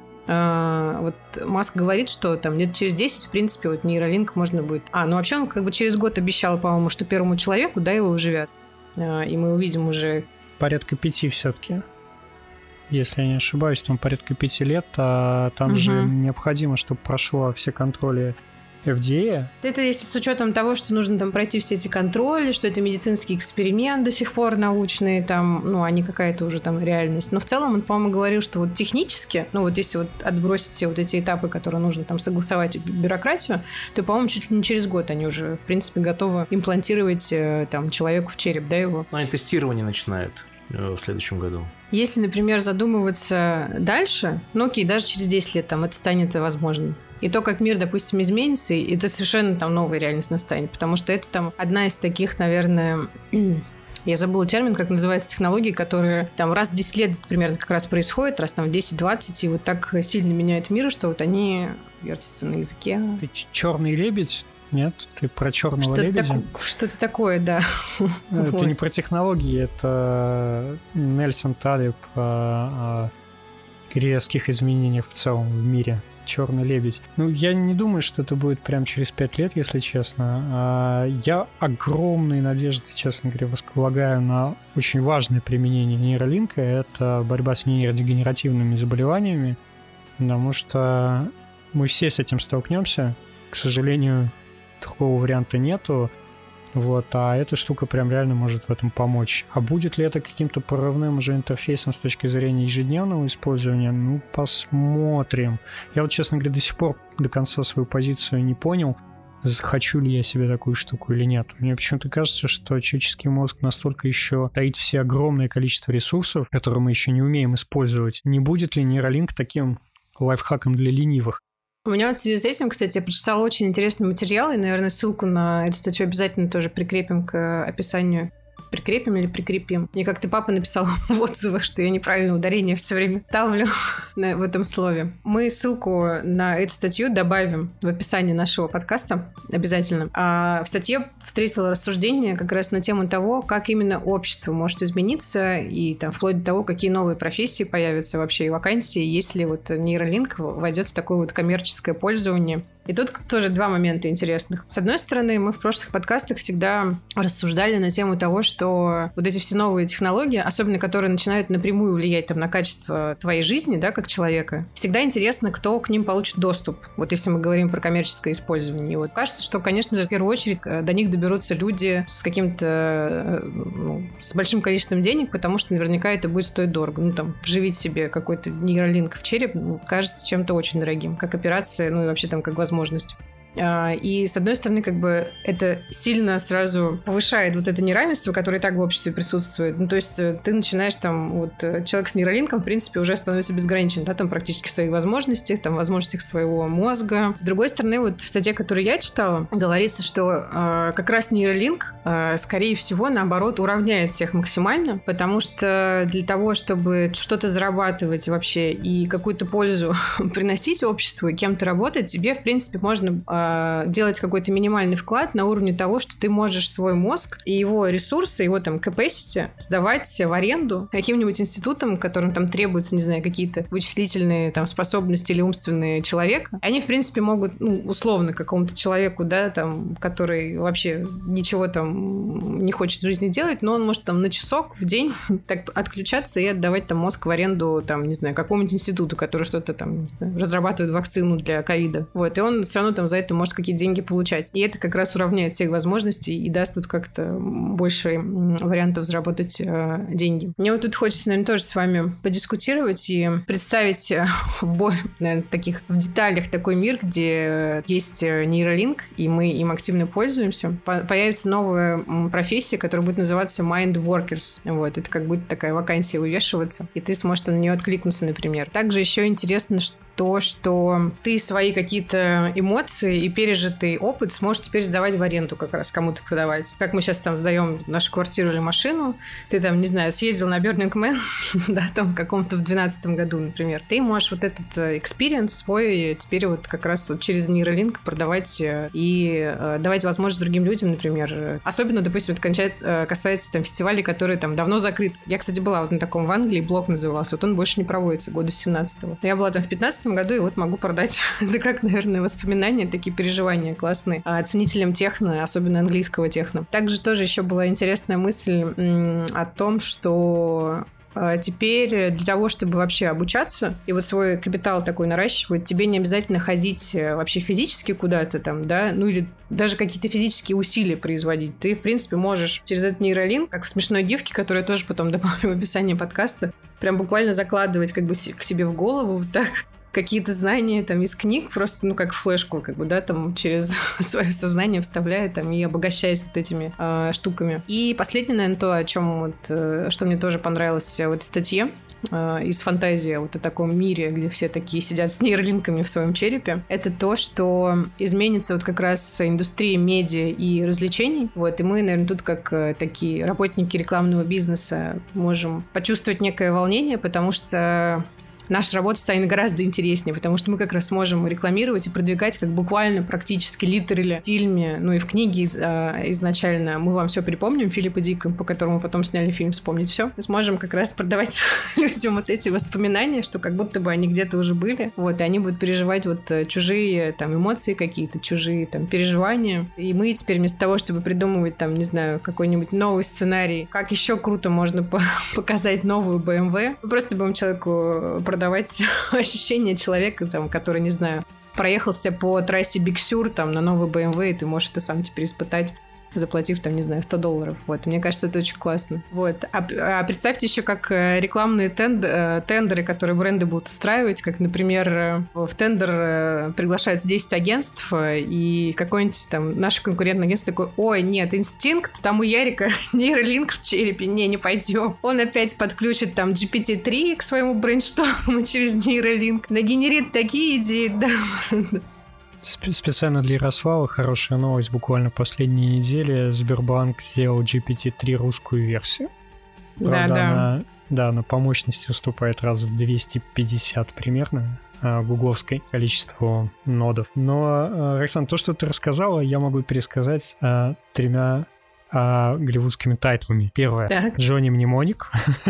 вот Маск говорит, что там лет через 10, в принципе, вот нейролинк можно будет... вообще он через год обещал, по-моему, что первому человеку, его вживят. И мы увидим уже... Порядка 5 все-таки. Если я не ошибаюсь, там порядка 5 лет, а там же необходимо, чтобы прошло все контроли FDA. Это если с учетом того, что нужно там пройти все эти контроли, что это медицинский эксперимент до сих пор научный, там, а не какая-то уже там реальность. Но в целом он, по-моему, говорил, что вот технически, если вот отбросить все вот эти этапы, которые нужно там согласовать бюрократию, то, по-моему, чуть ли не через год они уже, в принципе, готовы имплантировать там человеку в череп, его. Они тестирование начинают в следующем году. Если, например, задумываться дальше, окей, даже через 10 лет там это станет возможным. И то, как мир, допустим, изменится, и это совершенно там новая реальность настанет. Потому что это там одна из таких, наверное... Я забыла термин, как называется технологии, которые там раз в 10 лет примерно как раз происходят, раз там в 10-20, и вот так сильно меняют мир, что вот они вертятся на языке. Ты черный лебедь? Нет? Ты про черного лебедя? Что-то такое, да. Это не про технологии, это Нельсон Талеб о резких изменениях в целом в мире. Черный лебедь. Я не думаю, что это будет прямо через 5 лет, если честно. Я огромные надежды, честно говоря, возлагаю на очень важное применение нейролинка. Это борьба с нейродегенеративными заболеваниями, потому что мы все с этим столкнемся. К сожалению, такого варианта нету. А эта штука прям реально может в этом помочь. А будет ли это каким-то прорывным уже интерфейсом с точки зрения ежедневного использования? Посмотрим. Я честно говоря, до сих пор до конца свою позицию не понял, хочу ли я себе такую штуку или нет. Мне почему-то кажется, что человеческий мозг настолько еще таит все огромное количество ресурсов, которые мы еще не умеем использовать. Не будет ли нейролинк таким лайфхаком для ленивых? У меня в связи с этим, кстати, я прочитала очень интересный материал, и, наверное, ссылку на эту статью обязательно тоже прикрепим к описанию. Прикрепим или прикрепим? Мне как-то папа написал в отзывах, что я неправильное ударение все время ставлю в этом слове. Мы ссылку на эту статью добавим в описании нашего подкаста обязательно. А в статье встретила рассуждение как раз на тему того, как именно общество может измениться, и там вплоть до того, какие новые профессии появятся вообще и вакансии, если нейролинк войдет в такое коммерческое пользование. И тут тоже два момента интересных. С одной стороны, мы в прошлых подкастах всегда рассуждали на тему того, что вот эти все новые технологии, особенно которые начинают напрямую влиять на качество твоей жизни, как человека, всегда интересно, кто к ним получит доступ. Если мы говорим про коммерческое использование. И кажется, что, конечно же, в первую очередь до них доберутся люди с каким-то, с большим количеством денег, потому что наверняка это будет стоить дорого. Вживить себе какой-то нейролинк в череп кажется чем-то очень дорогим. Как операция, и вообще как возможность. И, с одной стороны, это сильно сразу повышает это неравенство, которое и так в обществе присутствует. То есть ты начинаешь человек с нейролинком, в принципе, уже становится безграничен, практически в своих возможностях, возможностях своего мозга. С другой стороны, в статье, которую я читала, говорится, что как раз нейролинк, скорее всего, наоборот, уравняет всех максимально, потому что для того, чтобы что-то зарабатывать вообще и какую-то пользу приносить обществу и кем-то работать, тебе, в принципе, можно делать какой-то минимальный вклад на уровне того, что ты можешь свой мозг и его ресурсы, его там capacity сдавать в аренду каким-нибудь институтам, которым там требуются, не знаю, какие-то вычислительные там способности или умственные человека. Они, в принципе, могут, условно, какому-то человеку, да, там, который вообще ничего там не хочет в жизни делать, но он может там на часок в день так отключаться и отдавать там мозг в аренду, там, не знаю, какому-нибудь институту, который что-то там, не знаю, разрабатывает вакцину для ковида. Вот, и он все равно там за это может какие-то деньги получать. И это как раз уравняет всех возможностей и даст тут как-то больше вариантов заработать деньги. Мне вот тут хочется, наверное, тоже с вами подискутировать и представить наверное, в деталях такой мир, где есть нейролинк, и мы им активно пользуемся. Появится новая профессия, которая будет называться Mind Workers. Вот, это как будет такая вакансия вывешиваться, и ты сможешь на нее откликнуться, например. Также еще интересно, то, что ты свои какие-то эмоции и пережитый опыт сможешь теперь сдавать в аренду, как раз кому-то продавать. Как мы сейчас там сдаем нашу квартиру или машину, ты там, не знаю, съездил на Burning Man, да, там в каком-то в 2012 году, например. Ты можешь вот этот экспириенс свой теперь вот как раз вот через нейролинк продавать и давать возможность другим людям, например. Особенно, допустим, это касается там фестивалей, которые там давно закрыты. Я, кстати, была вот на таком в Англии, блог назывался, вот он больше не проводится, года 17-го. Я была там в 15 году, и вот могу продать. Это как, наверное, воспоминания, такие переживания классные. Ценителям техно, особенно английского техно. Также тоже еще была интересная мысль о том, что теперь для того, чтобы вообще обучаться и вот свой капитал такой наращивать, тебе не обязательно ходить вообще физически куда-то там, да, или даже какие-то физические усилия производить. Ты, в принципе, можешь через этот нейролинк, как в смешной гифке, которую я тоже потом добавлю в описание подкаста, прям буквально закладывать как бы к себе в голову вот так какие-то знания там из книг, просто, как флешку, как бы, да, там через свое сознание вставляя там и обогащаясь вот этими штуками. И последнее, наверное, то, о чем вот, что мне тоже понравилось в этой статье, из фантазии вот о таком мире, где все такие сидят с нейролинками в своем черепе, это то, что изменится вот как раз индустрия медиа и развлечений. Вот, и мы, наверное, тут как такие работники рекламного бизнеса можем почувствовать некое волнение, потому что наша работа станет гораздо интереснее, потому что мы как раз можем рекламировать и продвигать как буквально практически литерали в фильме, и в книге изначально «Мы вам все припомним» Филиппа Дика, по которому потом сняли фильм «Вспомнить все». Мы сможем как раз продавать людям вот эти воспоминания, что как будто бы они где-то уже были, вот, и они будут переживать вот чужие там эмоции какие-то, чужие там переживания. И мы теперь вместо того, чтобы придумывать там, не знаю, какой-нибудь новый сценарий, как еще круто можно показать новую BMW, мы просто будем человеку продавать ощущение человека, там, который, не знаю, проехался по трассе Big Sur там, на новый BMW, и ты можешь это сам теперь испытать, заплатив, там, не знаю, $100. Вот. Мне кажется, это очень классно. Вот. А представьте еще, как рекламные тендеры, которые бренды будут устраивать, как, например, в тендер приглашаются 10 агентств, и какой-нибудь там наш конкурентный агентство такой: ой, нет, Инстинкт, там у Ярика нейролинк в черепе, не пойдем. Он опять подключит там GPT-3 к своему брейншторму через нейролинк, нагенерит такие идеи, да. Специально для Ярослава хорошая новость. Буквально последние недели Сбербанк сделал GPT-3 русскую версию. Правда, она по мощности уступает раз в 250 примерно гугловской количеству нодов. Но, Роксан, то, что ты рассказала, я могу пересказать тремя голливудскими тайтлами. Первое — Джонни Мнемоник.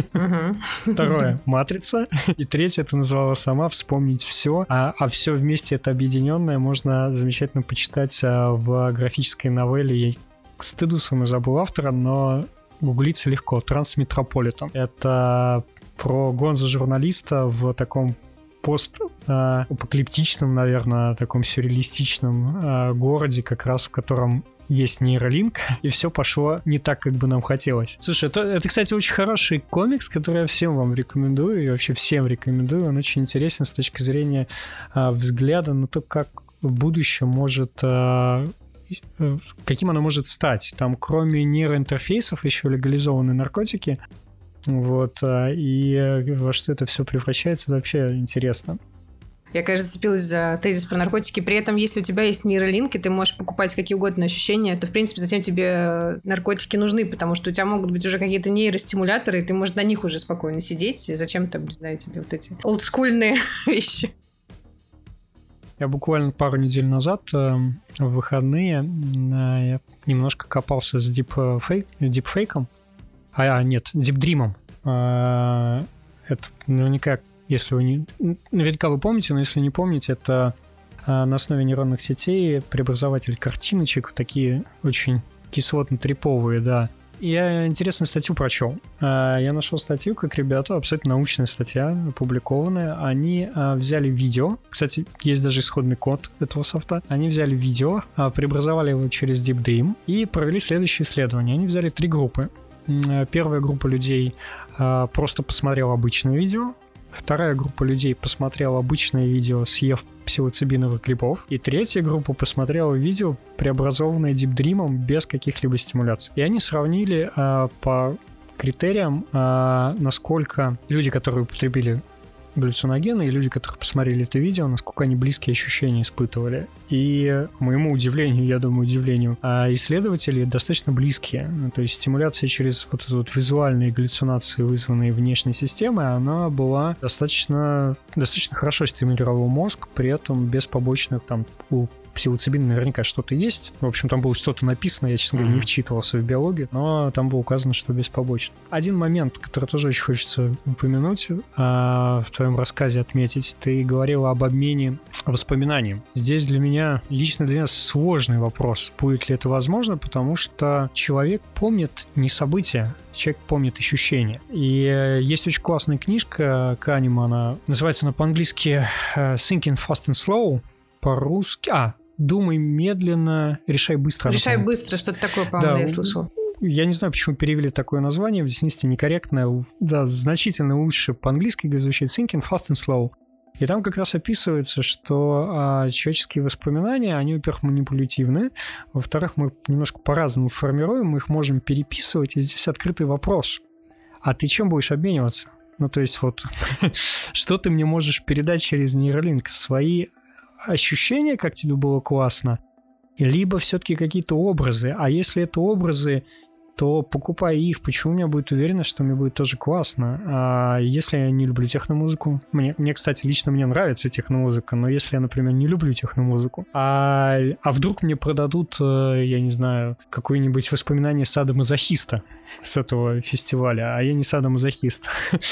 Второе — Матрица. И третье ты назвала сама — Вспомнить все. А все вместе это объединенное можно замечательно почитать в графической новелле. Я к стыду своему забыл автора, но гуглится легко. Трансметрополитен. Это про гонзо-журналиста в таком постапокалиптичном, наверное, таком сюрреалистичном городе, как раз в котором есть нейролинк, и все пошло не так, как бы нам хотелось. Слушай, это, кстати, очень хороший комикс, который я всем вам рекомендую, и вообще всем рекомендую. Он очень интересен с точки зрения взгляда на то, как в будущем может... каким оно может стать. Там, кроме нейроинтерфейсов, еще легализованы наркотики. Вот, и во что это все превращается, это вообще интересно. Я, кажется, зацепилась за тезис про наркотики. При этом, если у тебя есть нейролинки, ты можешь покупать какие угодно ощущения, то, в принципе, зачем тебе наркотики нужны? Потому что у тебя могут быть уже какие-то нейростимуляторы, и ты можешь на них уже спокойно сидеть. И зачем там, не знаю, тебе вот эти олдскульные вещи? Я буквально пару недель назад в выходные я немножко копался с дипфейком. Нет, дипдримом. Это наверняка, если вы наверняка вы помните, но если не помните, это на основе нейронных сетей преобразователь картиночек в такие очень кислотно-триповые, да. Я интересную статью прочел. Я нашел статью, как ребята, абсолютно научная статья, опубликованная. Они взяли видео, кстати, есть даже исходный код этого софта. Они взяли видео, преобразовали его через Deep Dream и провели следующее исследование. Они взяли 3 группы. Первая группа людей просто посмотрела обычное видео. Вторая группа людей посмотрела обычное видео, съев псилоцибиновых грибов. И третья группа посмотрела видео, преобразованное дипдримом без каких-либо стимуляций. И они сравнили по критериям, насколько люди, которые употребили галлюциногены, и люди, которые посмотрели это видео, насколько они близкие ощущения испытывали. И, к моему удивлению, я думаю, удивлению, исследователи достаточно близкие. То есть стимуляция через вот эту вот визуальные галлюцинации, вызванные внешней системой, она была достаточно хорошо стимулировала мозг, при этом без побочных там у псилоцибина наверняка что-то есть. В общем, там было что-то написано, я, честно говоря, не вчитывался в биологию, но там было указано, что без побочных. Один момент, который тоже очень хочется упомянуть, в твоем рассказе отметить, ты говорил об обмене воспоминанием. Здесь лично для меня сложный вопрос, будет ли это возможно, потому что человек помнит не события, человек помнит ощущения. И есть очень классная книжка Канемана, она называется по-английски Thinking Fast and Slow, по-русски... «Думай медленно, решай быстро». «Решай быстро», что-то такое, по-моему, я слышал. Я не знаю, почему перевели такое название, в действительности некорректное. Да, значительно лучше по-английски звучит «Thinking Fast and Slow». И там как раз описывается, что человеческие воспоминания, они, во-первых, манипулятивны, во-вторых, мы немножко по-разному формируем, мы их можем переписывать, и здесь открытый вопрос. А ты чем будешь обмениваться? То есть что ты мне можешь передать через нейролинк? Свои ощущения, как тебе было классно, либо все-таки какие-то образы. А если это образы, то покупая их, почему у меня будет уверенность, что мне будет тоже классно? А если я не люблю техномузыку? Мне, кстати, лично мне нравится техномузыка, но если я, например, не люблю техномузыку, а вдруг мне продадут, я не знаю, какое-нибудь воспоминание садомазохиста с этого фестиваля, а я не садомазохист.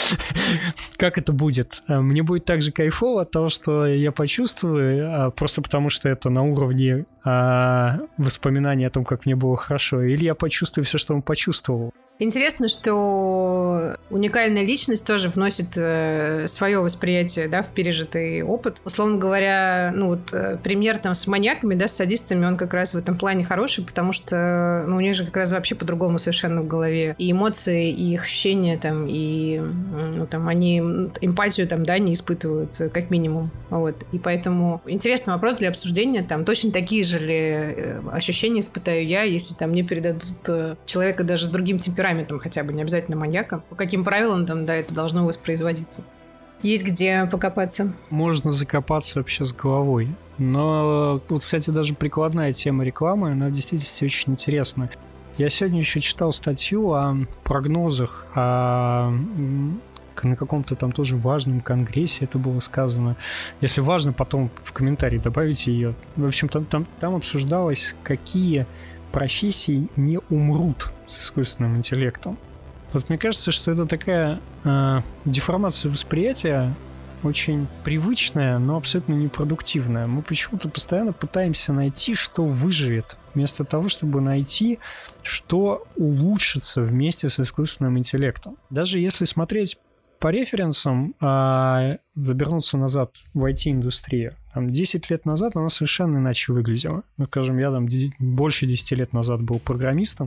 Как это будет? Мне будет так же кайфово от того, что я почувствую, просто потому что это на уровне воспоминаний о том, как мне было хорошо, или я почувствую все, что он почувствовал. Интересно, что уникальная личность тоже вносит свое восприятие, да, в пережитый опыт. Условно говоря, пример там с маньяками, да, с садистами, он как раз в этом плане хороший, потому что у них же как раз вообще по-другому совершенно в голове. И эмоции, и их ощущения там, и они эмпатию там, да, не испытывают, как минимум. И поэтому интересный вопрос для обсуждения. Там точно такие же ли ощущения испытаю я, если там мне передадут человека даже с другим темпераментом, хотя бы не обязательно маньяка. По каким правилам там, да, это должно воспроизводиться? Есть где покопаться. Можно закопаться вообще с головой. Но, кстати, даже прикладная тема рекламы, она в действительности очень интересна. Я сегодня еще читал статью о прогнозах, на каком-то там тоже важном конгрессе это было сказано. Если важно, потом в комментарии добавите ее. В общем, там обсуждалось, какие профессии не умрут с искусственным интеллектом. Мне кажется, что это такая деформация восприятия, очень привычная, но абсолютно непродуктивная. Мы почему-то постоянно пытаемся найти, что выживет, вместо того, чтобы найти, что улучшится вместе с искусственным интеллектом. Даже если смотреть по референсам, вернуться назад в IT-индустрию, 10 лет назад она совершенно иначе выглядела. Скажем, я больше 10 лет назад был программистом.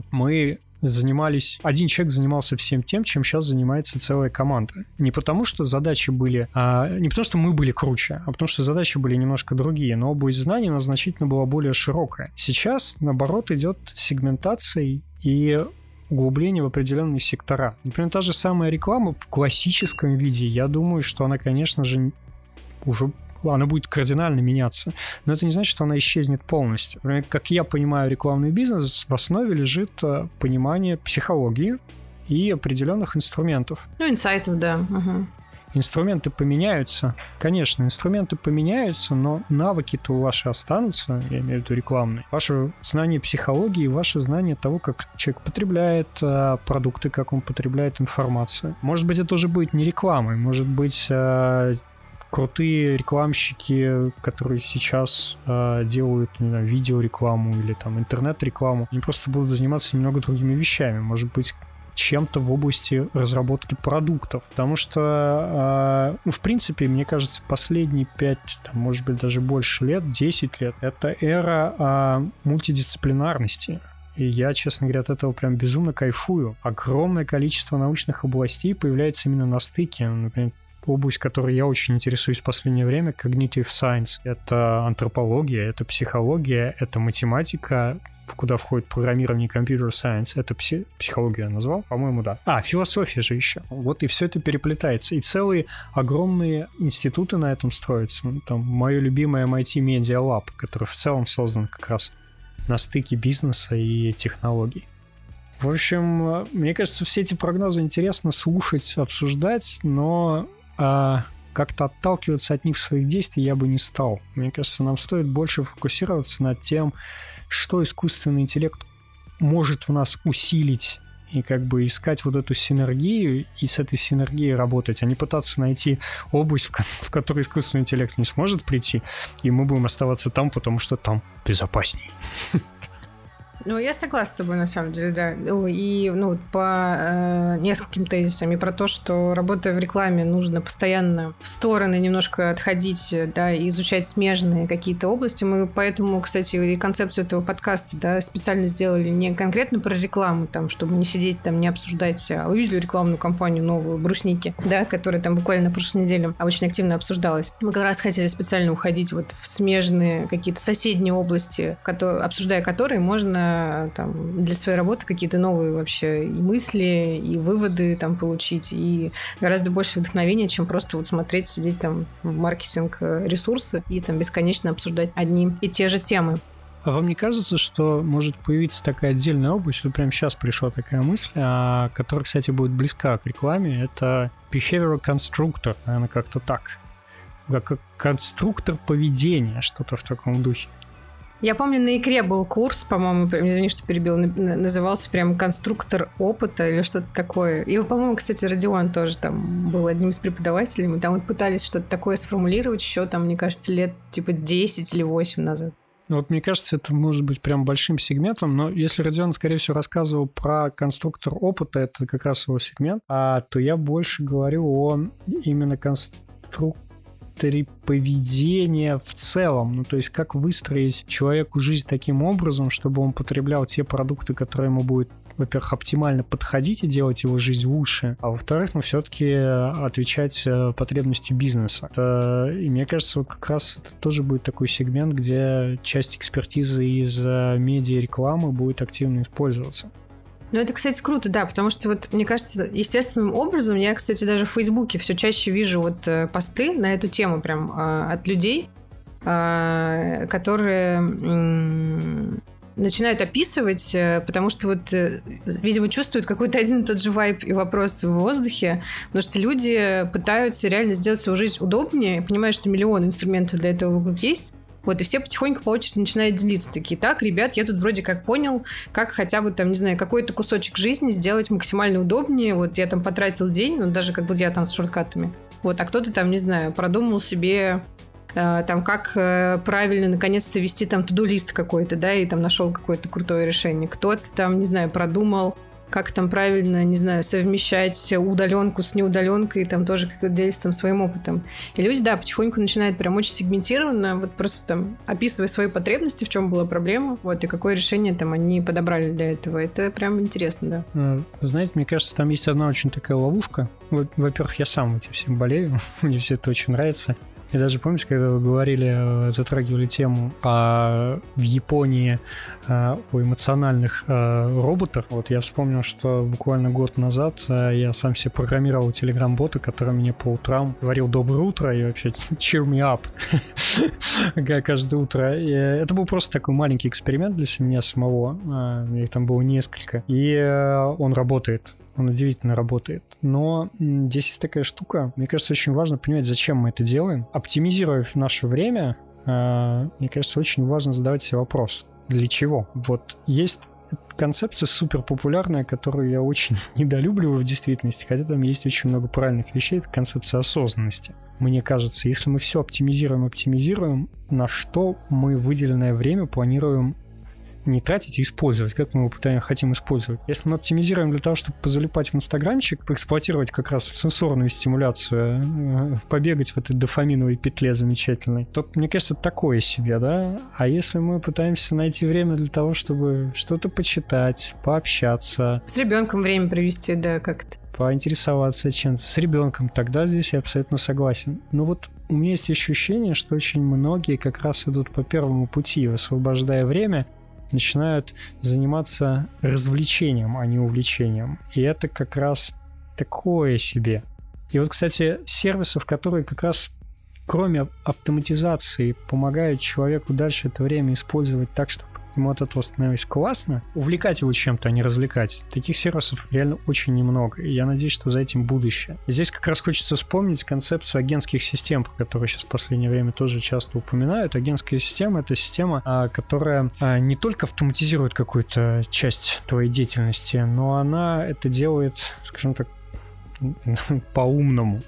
Один человек занимался всем тем, чем сейчас занимается целая команда. Не потому, что задачи были... не потому, что мы были круче, а потому, что задачи были немножко другие, но область знаний у нас значительно была более широкая. Сейчас, наоборот, идет сегментация и углубление в определенные сектора. Например, та же самая реклама в классическом виде, я думаю, что она, конечно же, уже она будет кардинально меняться. Но это не значит, что она исчезнет полностью. Например, как я понимаю рекламный бизнес, в основе лежит понимание психологии и определенных инструментов. Инсайтов, да. Угу. инструменты поменяются. Конечно, инструменты поменяются, но навыки-то у ваши останутся, я имею в виду рекламные. Ваше знание психологии, ваше знание того, как человек потребляет продукты, как он потребляет информацию. Может быть, это уже будет не рекламой, может быть, крутые рекламщики, которые сейчас делают, не знаю, видеорекламу или там интернет-рекламу, они просто будут заниматься немного другими вещами. Может быть, чем-то в области разработки продуктов. Потому что, в принципе, мне кажется, последние 5, может быть, даже больше лет, 10 лет, это эра мультидисциплинарности. И я, честно говоря, от этого прям безумно кайфую. Огромное количество научных областей появляется именно на стыке. Например, область, которой я очень интересуюсь в последнее время, cognitive science. Это антропология, это психология, это математика, куда входит программирование, computer science. Это психологию я назвал? По-моему, да. Философия же еще. Вот и все это переплетается. И целые огромные институты на этом строятся. Там мое любимое MIT Media Lab, который в целом создан как раз на стыке бизнеса и технологий. В общем, мне кажется, все эти прогнозы интересно слушать, обсуждать, но как-то отталкиваться от них в своих действиях я бы не стал. Мне кажется, нам стоит больше фокусироваться над тем, что искусственный интеллект может в нас усилить, и как бы искать вот эту синергию и с этой синергией работать, а не пытаться найти область, в которой искусственный интеллект не сможет прийти, и мы будем оставаться там, потому что там безопасней. Ну, я согласна с тобой, на самом деле, да. И, по нескольким тезисам. И про то, что, работая в рекламе, нужно постоянно в стороны немножко отходить, да, и изучать смежные какие-то области. Мы поэтому, кстати, и концепцию этого подкаста, да, специально сделали не конкретно про рекламу, там, чтобы не сидеть там, не обсуждать, увидели рекламную кампанию новую «Брусники», да, которая там буквально на прошлой неделе очень активно обсуждалась. Мы как раз хотели специально уходить вот в смежные какие-то соседние области, обсуждая которые можно там, для своей работы какие-то новые вообще и мысли, и выводы там получить, и гораздо больше вдохновения, чем просто вот смотреть, сидеть там в маркетинг-ресурсы и там бесконечно обсуждать одни и те же темы. А вам не кажется, что может появиться такая отдельная область, вот прямо сейчас пришла такая мысль, которая, кстати, будет близка к рекламе, это behavioral constructor, наверное, как-то так. Как конструктор поведения, что-то в таком духе. Я помню, на Икре был курс, по-моему, извини, что перебил, назывался прям «Конструктор опыта» или что-то такое. И, по-моему, кстати, Родион тоже там был одним из преподавателей. Мы там вот пытались что-то такое сформулировать еще, там, мне кажется, лет типа 10 или 8 назад. Вот мне кажется, это может быть прям большим сегментом, но если Родион, скорее всего, рассказывал про конструктор опыта, это как раз его сегмент, то я больше говорю о именно конструкторе поведения в целом. Ну, то есть, как выстроить человеку жизнь таким образом, чтобы он потреблял те продукты, которые ему будут, во-первых, оптимально подходить и делать его жизнь лучше, а во-вторых, все-таки отвечать потребностям бизнеса. И мне кажется, вот как раз это тоже будет такой сегмент, где часть экспертизы из медиарекламы будет активно использоваться. Ну, это, кстати, круто, да, потому что, вот, мне кажется, естественным образом, я, кстати, даже в Фейсбуке все чаще вижу вот посты на эту тему прям от людей, которые начинают описывать, потому что вот, видимо, чувствуют какой-то один и тот же вайб и вопрос в воздухе, потому что люди пытаются реально сделать свою жизнь удобнее, понимают, что миллион инструментов для этого вокруг есть. Вот, и все потихоньку по очереди начинают делиться. Такие, так, ребят, я тут вроде как понял, как хотя бы там, не знаю, какой-то кусочек жизни сделать максимально удобнее. Вот я там потратил день, ну, даже как вот я там с шорткатами. Вот, а кто-то там, не знаю, продумал себе там, как правильно наконец-то вести там to-do-лист какой-то, да, и там нашел какое-то крутое решение. Кто-то там, не знаю, продумал, как там правильно, не знаю, совмещать удаленку с неудаленкой, и там тоже как-то делиться там своим опытом. И люди, да, потихоньку начинают прям очень сегментированно, вот просто там описывая свои потребности, в чем была проблема, вот, и какое решение там они подобрали для этого. Это прям интересно, да. Знаете, мне кажется, там есть одна очень такая ловушка. Вот, во-первых, я сам этим всем болею, мне все это очень нравится. И даже помните, когда вы говорили, затрагивали тему в Японии о эмоциональных роботах, вот я вспомнил, что буквально год назад я сам себе программировал телеграм-бота, который мне по утрам говорил «доброе утро» и вообще «cheer me up» каждое утро. И это был просто такой маленький эксперимент для меня самого, их там было несколько, и он работает. Он удивительно работает. Но здесь есть такая штука. Мне кажется, очень важно понимать, зачем мы это делаем. Оптимизируя наше время, мне кажется, очень важно задавать себе вопрос. Для чего? Вот есть концепция супер популярная, которую я очень недолюбливаю в действительности, хотя там есть очень много правильных вещей. Это концепция осознанности. Мне кажется, если мы все оптимизируем, на что мы выделенное время планируем не тратить, а использовать, как мы его хотим использовать. Если мы оптимизируем для того, чтобы позалипать в инстаграмчик, поэксплуатировать как раз сенсорную стимуляцию, побегать в этой дофаминовой петле замечательной, то, мне кажется, такое себе, да? А если мы пытаемся найти время для того, чтобы что-то почитать, пообщаться... С ребенком время провести, да, как-то. Поинтересоваться чем-то. С ребенком, тогда здесь я абсолютно согласен. Но вот у меня есть ощущение, что очень многие как раз идут по первому пути, высвобождая время, начинают заниматься развлечением, а не увлечением. И это как раз такое себе. И вот, кстати, сервисов, которые как раз кроме автоматизации помогают человеку дальше это время использовать так, чтобы ему от этого становилось классно, увлекать его чем-то, а не развлекать. Таких сервисов реально очень немного, и я надеюсь, что за этим будущее. И здесь как раз хочется вспомнить концепцию агентских систем, про которые сейчас в последнее время тоже часто упоминают. Агентская система — это система, которая не только автоматизирует какую-то часть твоей деятельности, но она это делает, скажем так, по-умному.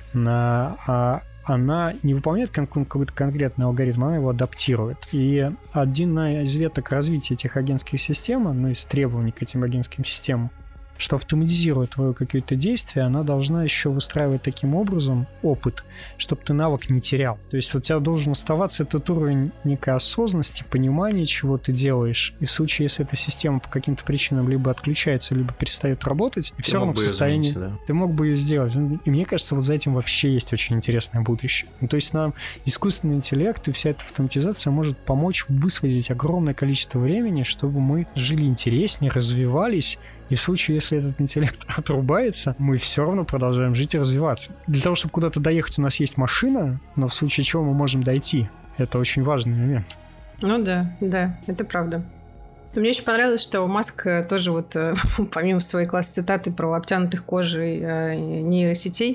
Она не выполняет какой-то конкретный алгоритм, она его адаптирует. И один из веток развития этих агентских систем, одно из требований к этим агентским системам, что автоматизируя твое какое-то действие, она должна еще выстраивать таким образом опыт, чтобы ты навык не терял. То есть у тебя должен оставаться этот уровень некой осознанности, понимания, чего ты делаешь. И в случае, если эта система по каким-то причинам либо отключается, либо перестает работать, и все равно в состоянии... Ты мог бы ее сделать. И мне кажется, вот за этим вообще есть очень интересное будущее. То есть нам искусственный интеллект и вся эта автоматизация может помочь высвободить огромное количество времени, чтобы мы жили интереснее, развивались. И в случае, если этот интеллект отрубается, мы все равно продолжаем жить и развиваться. Для того, чтобы куда-то доехать, у нас есть машина, но в случае чего мы можем дойти. Это очень важный момент. Ну да, это правда. Но мне еще понравилось, что Маск тоже вот, помимо своей классной цитаты про обтянутых кожей нейросетей,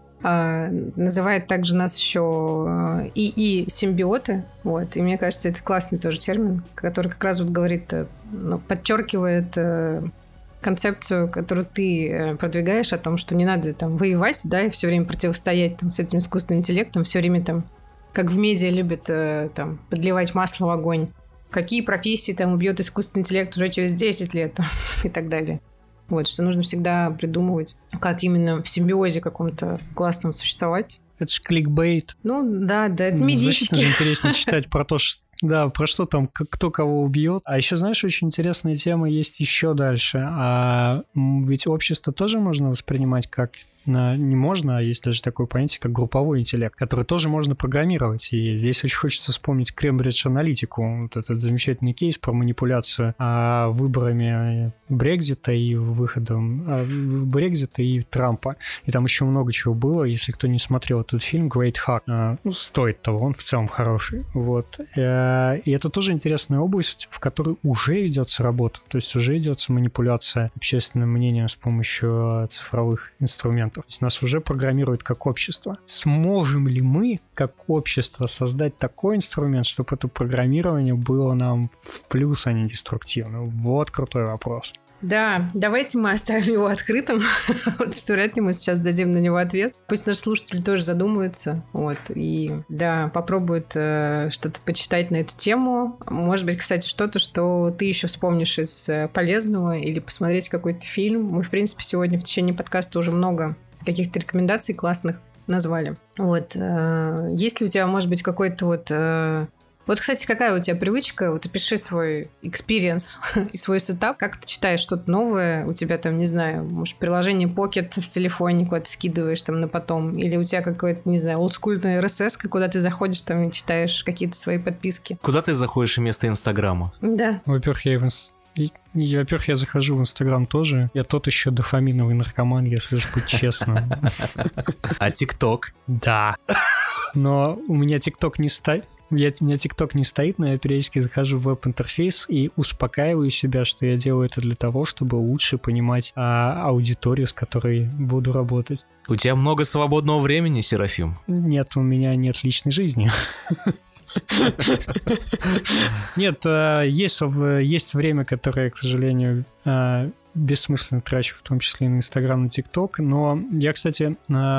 называет также нас еще ИИ-симбиоты. Вот. И мне кажется, это классный тоже термин, который как раз вот говорит, подчеркивает концепцию, которую ты продвигаешь, о том, что не надо там воевать, да, и все время противостоять там, с этим искусственным интеллектом, все время там, как в медиа любят там, подливать масло в огонь. Какие профессии там убьет искусственный интеллект уже через 10 лет там, и так далее. Вот, что нужно всегда придумывать, как именно в симбиозе каком-то классном существовать. Это же кликбейт. Ну, да, это медички. Значительно же интересно читать про то, что да, про что там, кто кого убьет. А еще, знаешь, очень интересная тема есть еще дальше. Ведь общество тоже можно воспринимать как... Не можно, а есть даже такое понятие, как групповой интеллект, который тоже можно программировать. И здесь очень хочется вспомнить Кембридж Аналитику, вот этот замечательный кейс про манипуляцию выборами Брексита и выходом Брексита и Трампа. И там еще много чего было. Если кто не смотрел этот фильм, Great Hack, стоит того, он в целом хороший. Вот. И это тоже интересная область, в которой уже ведется работа. То есть уже идется манипуляция общественным мнением с помощью цифровых инструментов. То есть нас уже программируют как общество. Сможем ли мы, как общество, создать такой инструмент, чтобы это программирование было нам в плюс, а не деструктивно? Вот крутой вопрос. Да, давайте мы оставим его открытым, вот, что вряд ли мы сейчас дадим на него ответ. Пусть наши слушатели тоже задумаются, вот, и, да, попробуют что-то почитать на эту тему. Может быть, кстати, что-то, что ты еще вспомнишь из полезного, или посмотреть какой-то фильм. Мы, в принципе, сегодня в течение подкаста уже много каких-то рекомендаций классных назвали. Вот, есть ли у тебя, может быть, какой-то вот... Вот, кстати, какая у тебя привычка? Вот опиши свой experience и свой сетап. Как ты читаешь что-то новое? У тебя там, не знаю, может, приложение Pocket в телефоне куда-то скидываешь там на потом? Или у тебя какой-то, не знаю, олдскульный RSS, куда ты заходишь там и читаешь какие-то свои подписки? Куда ты заходишь вместо Инстаграма? Да. Во-первых, я захожу в Инстаграм тоже. Я тот еще дофаминовый наркоман, если уж быть честным. А ТикТок? Да. Но у меня ТикТок не стоит. У меня TikTok не стоит, но я периодически захожу в веб-интерфейс и успокаиваю себя, что я делаю это для того, чтобы лучше понимать аудиторию, с которой буду работать. У тебя много свободного времени, Серафим? Нет, у меня нет личной жизни. Нет, есть время, которое, к сожалению, бессмысленно трачу, в том числе и на Инстаграм, на ТикТок. Но я, кстати,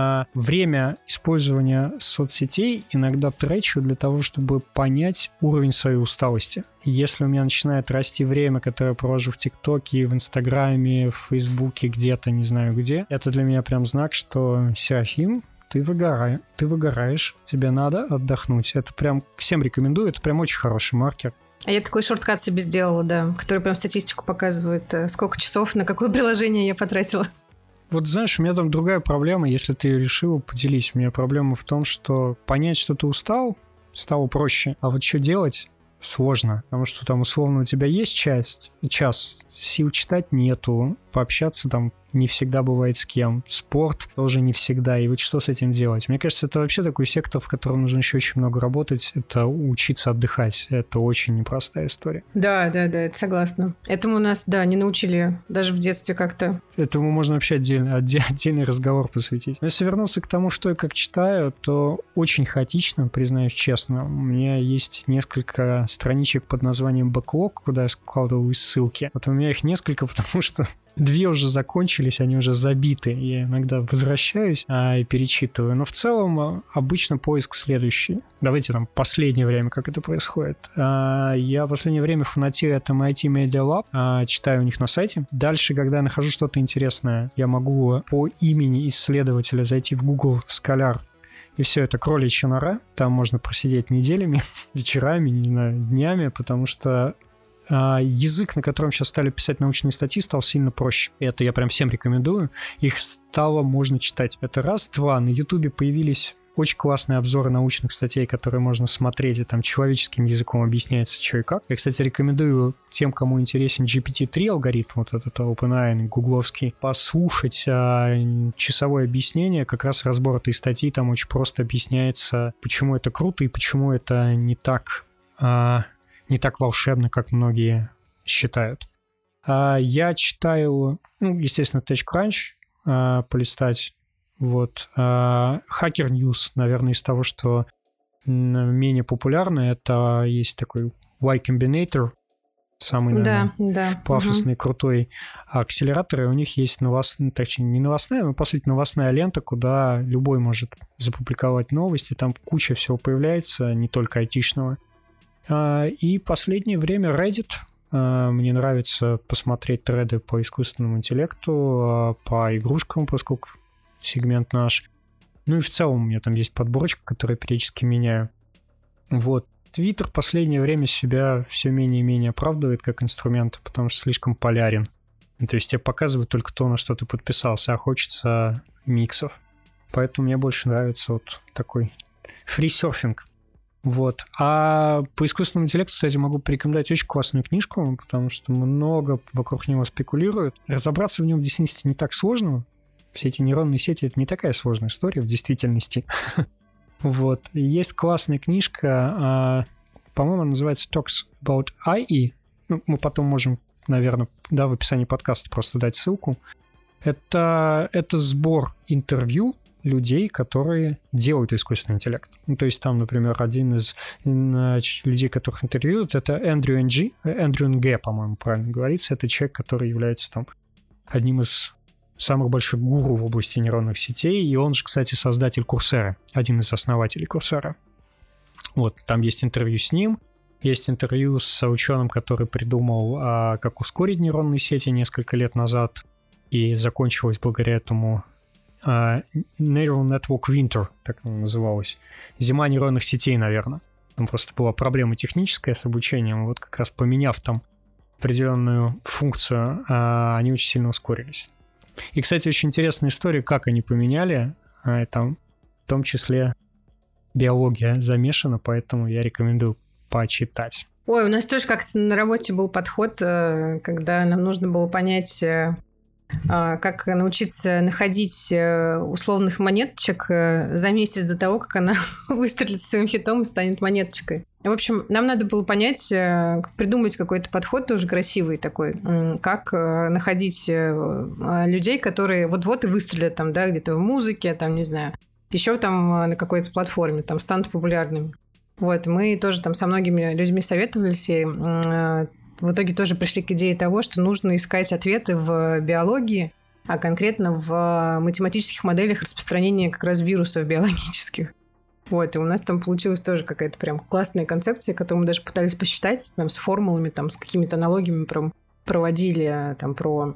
время использования соцсетей иногда трачу для того, чтобы понять уровень своей усталости. Если у меня начинает расти время, которое я провожу в ТикТоке, в Инстаграме, в Фейсбуке, где-то, не знаю где, это для меня прям знак, что Серафим, ты выгораешь, тебе надо отдохнуть. Это прям всем рекомендую, это прям очень хороший маркер. А я такой шорткат себе сделала, да, который прям статистику показывает, сколько часов, на какое приложение я потратила. Вот знаешь, у меня там другая проблема, если ты решила, поделись. У меня проблема в том, что понять, что ты устал, стало проще, а вот что делать сложно, потому что там условно у тебя есть час, сил читать нету, пообщаться там не всегда бывает с кем, спорт тоже не всегда, и вот что с этим делать? Мне кажется, это вообще такой сектор, в котором нужно еще очень много работать, это учиться отдыхать, это очень непростая история. Да, это согласна. Этому нас, не научили даже в детстве как-то. Этому можно вообще отдельный разговор посвятить. Но если вернуться к тому, что я как читаю, то очень хаотично, признаюсь честно. У меня есть несколько страничек под названием Backlog, куда я складываю ссылки. Вот у меня их несколько, потому что 2 уже закончились, они уже забиты. Я иногда возвращаюсь и перечитываю. Но в целом обычно поиск следующий. Давайте там последнее время, как это происходит. Я в последнее время фанатею от MIT Media Lab, читаю у них на сайте. Дальше, когда я нахожу что-то интересное, я могу по имени исследователя зайти в Google Scholar. И все это кроличья нора. Там можно просидеть неделями, вечерами, не знаю, днями, потому что язык, на котором сейчас стали писать научные статьи, стал сильно проще. Это я прям всем рекомендую. Их стало можно читать. Это раз. 2. На Ютубе появились очень классные обзоры научных статей, которые можно смотреть, и там человеческим языком объясняется, что и как. Я, кстати, рекомендую тем, кому интересен GPT-3 алгоритм, вот этот OpenAI, гугловский, послушать часовое объяснение, как раз разбор этой статьи, там очень просто объясняется, почему это круто и почему это не так волшебно, как многие считают. Я читаю, естественно, TechCrunch, полистать. Вот. Hacker News, наверное, из того, что менее популярно, это есть такой Y Combinator, самый, наверное, пафосный, крутой акселератор, и у них есть точнее, не новостная, но, по сути, новостная лента, куда любой может запубликовать новости, там куча всего появляется, не только айтишного. И последнее время Reddit. Мне нравится посмотреть треды по искусственному интеллекту, по игрушкам, поскольку сегмент наш. Ну и в целом у меня там есть подборочка, которую я периодически меняю. Вот. Твиттер в последнее время себя все менее и менее оправдывает как инструмент, потому что слишком полярен. То есть тебе показывают только то, на что ты подписался, а хочется миксов. Поэтому мне больше нравится вот такой фрисерфинг. Вот. А по искусственному интеллекту, кстати, могу порекомендовать очень классную книжку, потому что много вокруг него спекулируют. Разобраться в нем в действительности не так сложно. Все эти нейронные сети — это не такая сложная история в действительности. Вот. Есть классная книжка, по-моему, она называется Talks About AI. Мы потом можем, наверное, в описании подкаста просто дать ссылку. Это сбор интервью людей, которые делают искусственный интеллект. То есть там, например, один из людей, которых интервьюют, это Эндрю Нг, по-моему, правильно говорится. Это человек, который является там одним из самых больших гуру в области нейронных сетей, и он же, кстати, создатель Coursera, один из основателей Coursera. Вот, там есть интервью с ним, есть интервью с ученым, который придумал, как ускорить нейронные сети несколько лет назад, и закончилось благодаря этому Neural Network Winter, так она называлась. Зима нейронных сетей, наверное. Там просто была проблема техническая с обучением, вот как раз поменяв там определенную функцию, они очень сильно ускорились. И, кстати, очень интересная история, как они поменяли. Там в том числе биология замешана, поэтому я рекомендую почитать. Ой, у нас тоже как-то на работе был подход, когда нам нужно было понять, как научиться находить условных монеточек за месяц до того, как она выстрелит своим хитом и станет монеточкой. В общем, нам надо было понять, придумать какой-то подход тоже красивый такой, как находить людей, которые вот-вот и выстрелят там, да, где-то в музыке, там, не знаю, еще там на какой-то платформе, там, станут популярными. Вот, мы тоже там со многими людьми советовались, и в итоге тоже пришли к идее того, что нужно искать ответы в биологии, а конкретно в математических моделях распространения как раз вирусов биологических. Вот, и у нас там получилась тоже какая-то прям классная концепция, которую мы даже пытались посчитать, прям с формулами, там, с какими-то аналогиями прям проводили, там, про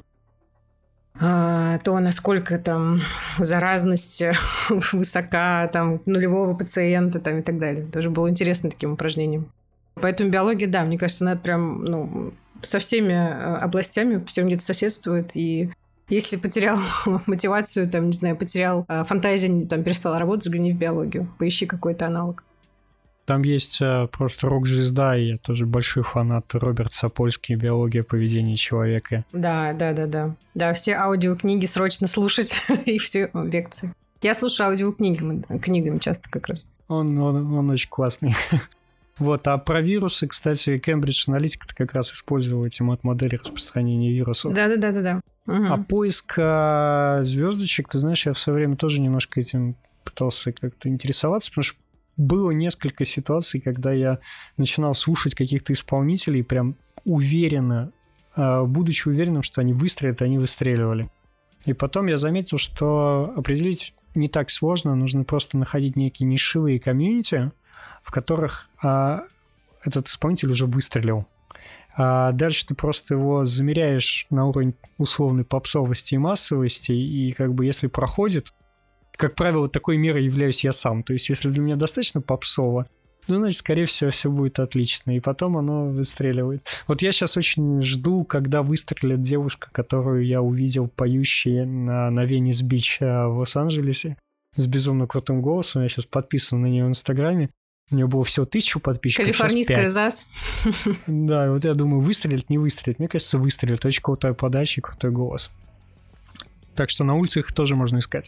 то, насколько там заразность высока, там, нулевого пациента, там, и так далее. Тоже было интересно таким упражнением. Поэтому биология, да, мне кажется, она прям, со всеми областями всем где-то соседствует. И если потерял мотивацию, там, не знаю, потерял фантазию, там, перестал работать, загляни в биологию, поищи какой-то аналог. Там есть просто рок-звезда, и я тоже большой фанат Роберт Сапольский, «Биология поведения человека». Да. Да, все аудиокниги срочно слушать и все лекции. Я слушаю аудиокнигами часто как раз. Он очень классный. Вот, а про вирусы, кстати, Cambridge Analytica как раз использовала эти модели распространения вирусов. Да. Угу. А поиск звездочек, ты знаешь, я в свое время тоже немножко этим пытался как-то интересоваться, потому что было несколько ситуаций, когда я начинал слушать каких-то исполнителей прям уверенно, будучи уверенным, что они выстрелят, они выстреливали. И потом я заметил, что определить не так сложно, нужно просто находить некие нишевые комьюнити, в которых этот исполнитель уже выстрелил. А дальше ты просто его замеряешь на уровень условной попсовости и массовости, и как бы если проходит, как правило, такой мерой являюсь я сам. То есть, если для меня достаточно попсово, ну, значит, скорее всего, все будет отлично. И потом оно выстреливает. Вот я сейчас очень жду, когда выстрелит девушка, которую я увидел поющей на Венес-Бич в Лос-Анджелесе с безумно крутым голосом. Я сейчас подписан на нее в Инстаграме. У нее было всего 1000 подписчиков. Калифорнийская ЗАЗ. Да, вот я думаю, выстрелит, не выстрелит. Мне кажется, выстрелит. Очень крутой подача и крутой голос. Так что на улице их тоже можно искать.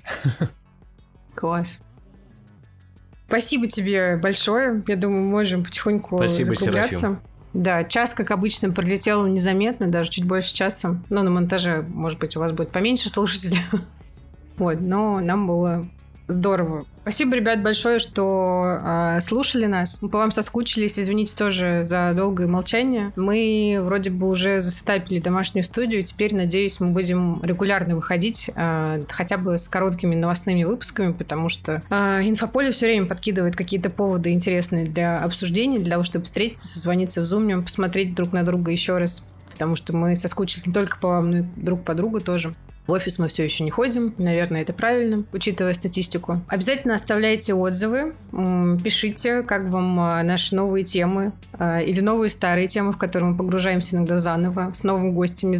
Класс. Спасибо тебе большое. Я думаю, мы можем потихоньку закругляться. Серафим. Да, час, как обычно, пролетел незаметно, даже чуть больше часа. Но на монтаже, может быть, у вас будет поменьше слушателей. Вот, но нам было здорово. Спасибо, ребят, большое, что слушали нас. Мы по вам соскучились. Извините тоже за долгое молчание. Мы вроде бы уже засетапили домашнюю студию. Теперь, надеюсь, мы будем регулярно выходить хотя бы с короткими новостными выпусками, потому что Инфополе все время подкидывает какие-то поводы интересные для обсуждения, для того, чтобы встретиться, созвониться в Zoom, посмотреть друг на друга еще раз. Потому что мы соскучились не только по вам, но и друг по другу тоже. В офис мы все еще не ходим, наверное, это правильно, учитывая статистику. Обязательно оставляйте отзывы, пишите, как вам наши новые темы или новые старые темы, в которые мы погружаемся иногда заново, с новыми гостями, с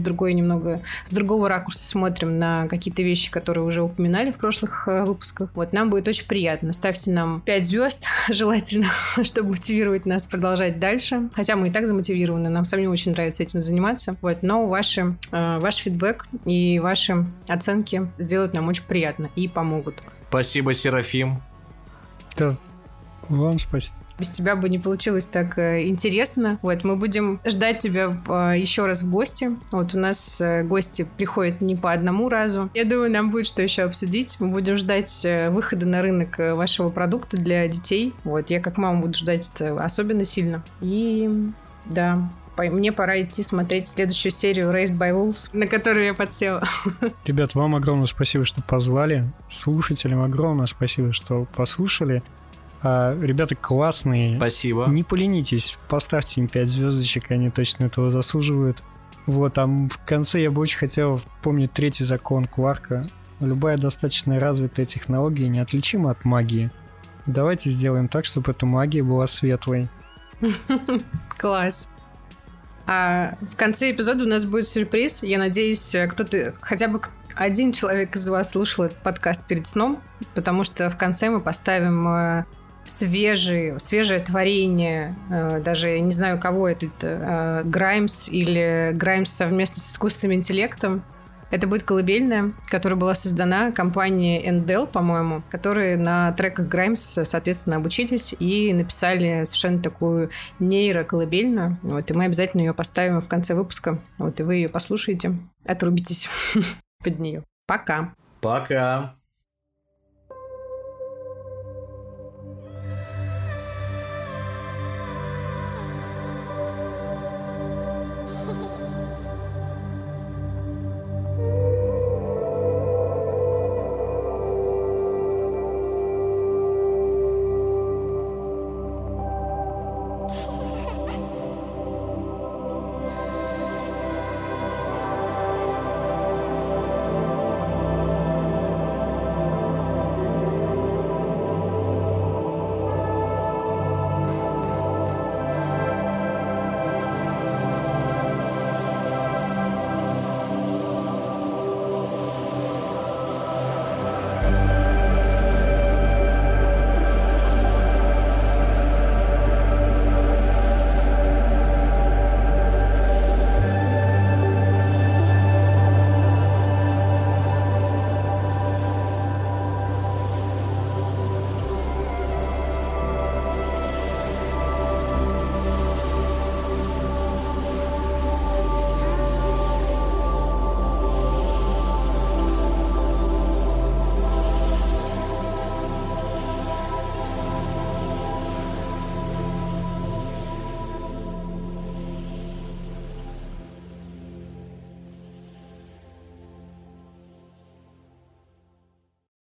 другого ракурса смотрим на какие-то вещи, которые уже упоминали в прошлых выпусках. Вот, нам будет очень приятно. Ставьте нам 5 звезд, желательно, чтобы мотивировать нас продолжать дальше. Хотя мы и так замотивированы, нам самим очень нравится этим заниматься. Вот, но ваш фидбэк и ваши оценки сделают нам очень приятно и помогут. Спасибо, Серафим. Да, вам спасибо. Без тебя бы не получилось так интересно. Вот, мы будем ждать тебя еще раз в гости. Вот у нас гости приходят не по одному разу. Я думаю, нам будет что еще обсудить. Мы будем ждать выхода на рынок вашего продукта для детей. Вот, я как мама буду ждать это особенно сильно. И да, мне пора идти смотреть следующую серию Raised by Wolves, на которую я подсела. Ребят, вам огромное спасибо, что позвали. Слушателям огромное спасибо, что послушали. Ребята классные. Спасибо. Не поленитесь, поставьте им 5 звездочек, они точно этого заслуживают. Вот, а в конце я бы очень хотел помнить 3-й закон Кларка. Любая достаточно развитая технология неотличима от магии. Давайте сделаем так, чтобы эта магия была светлой. Класс. А в конце эпизода у нас будет сюрприз. Я надеюсь, кто-то, хотя бы один человек из вас слушал этот подкаст перед сном, потому что в конце мы поставим свежее творение, даже я не знаю, кого это, Граймс или Граймс совместно с искусственным интеллектом. Это будет колыбельная, которая была создана компанией Endel, по-моему, которые на треках Grimes, соответственно, обучились и написали совершенно такую нейро-колыбельную. Вот, и мы обязательно ее поставим в конце выпуска. Вот, и вы ее послушаете, отрубитесь под нее. Пока. Пока.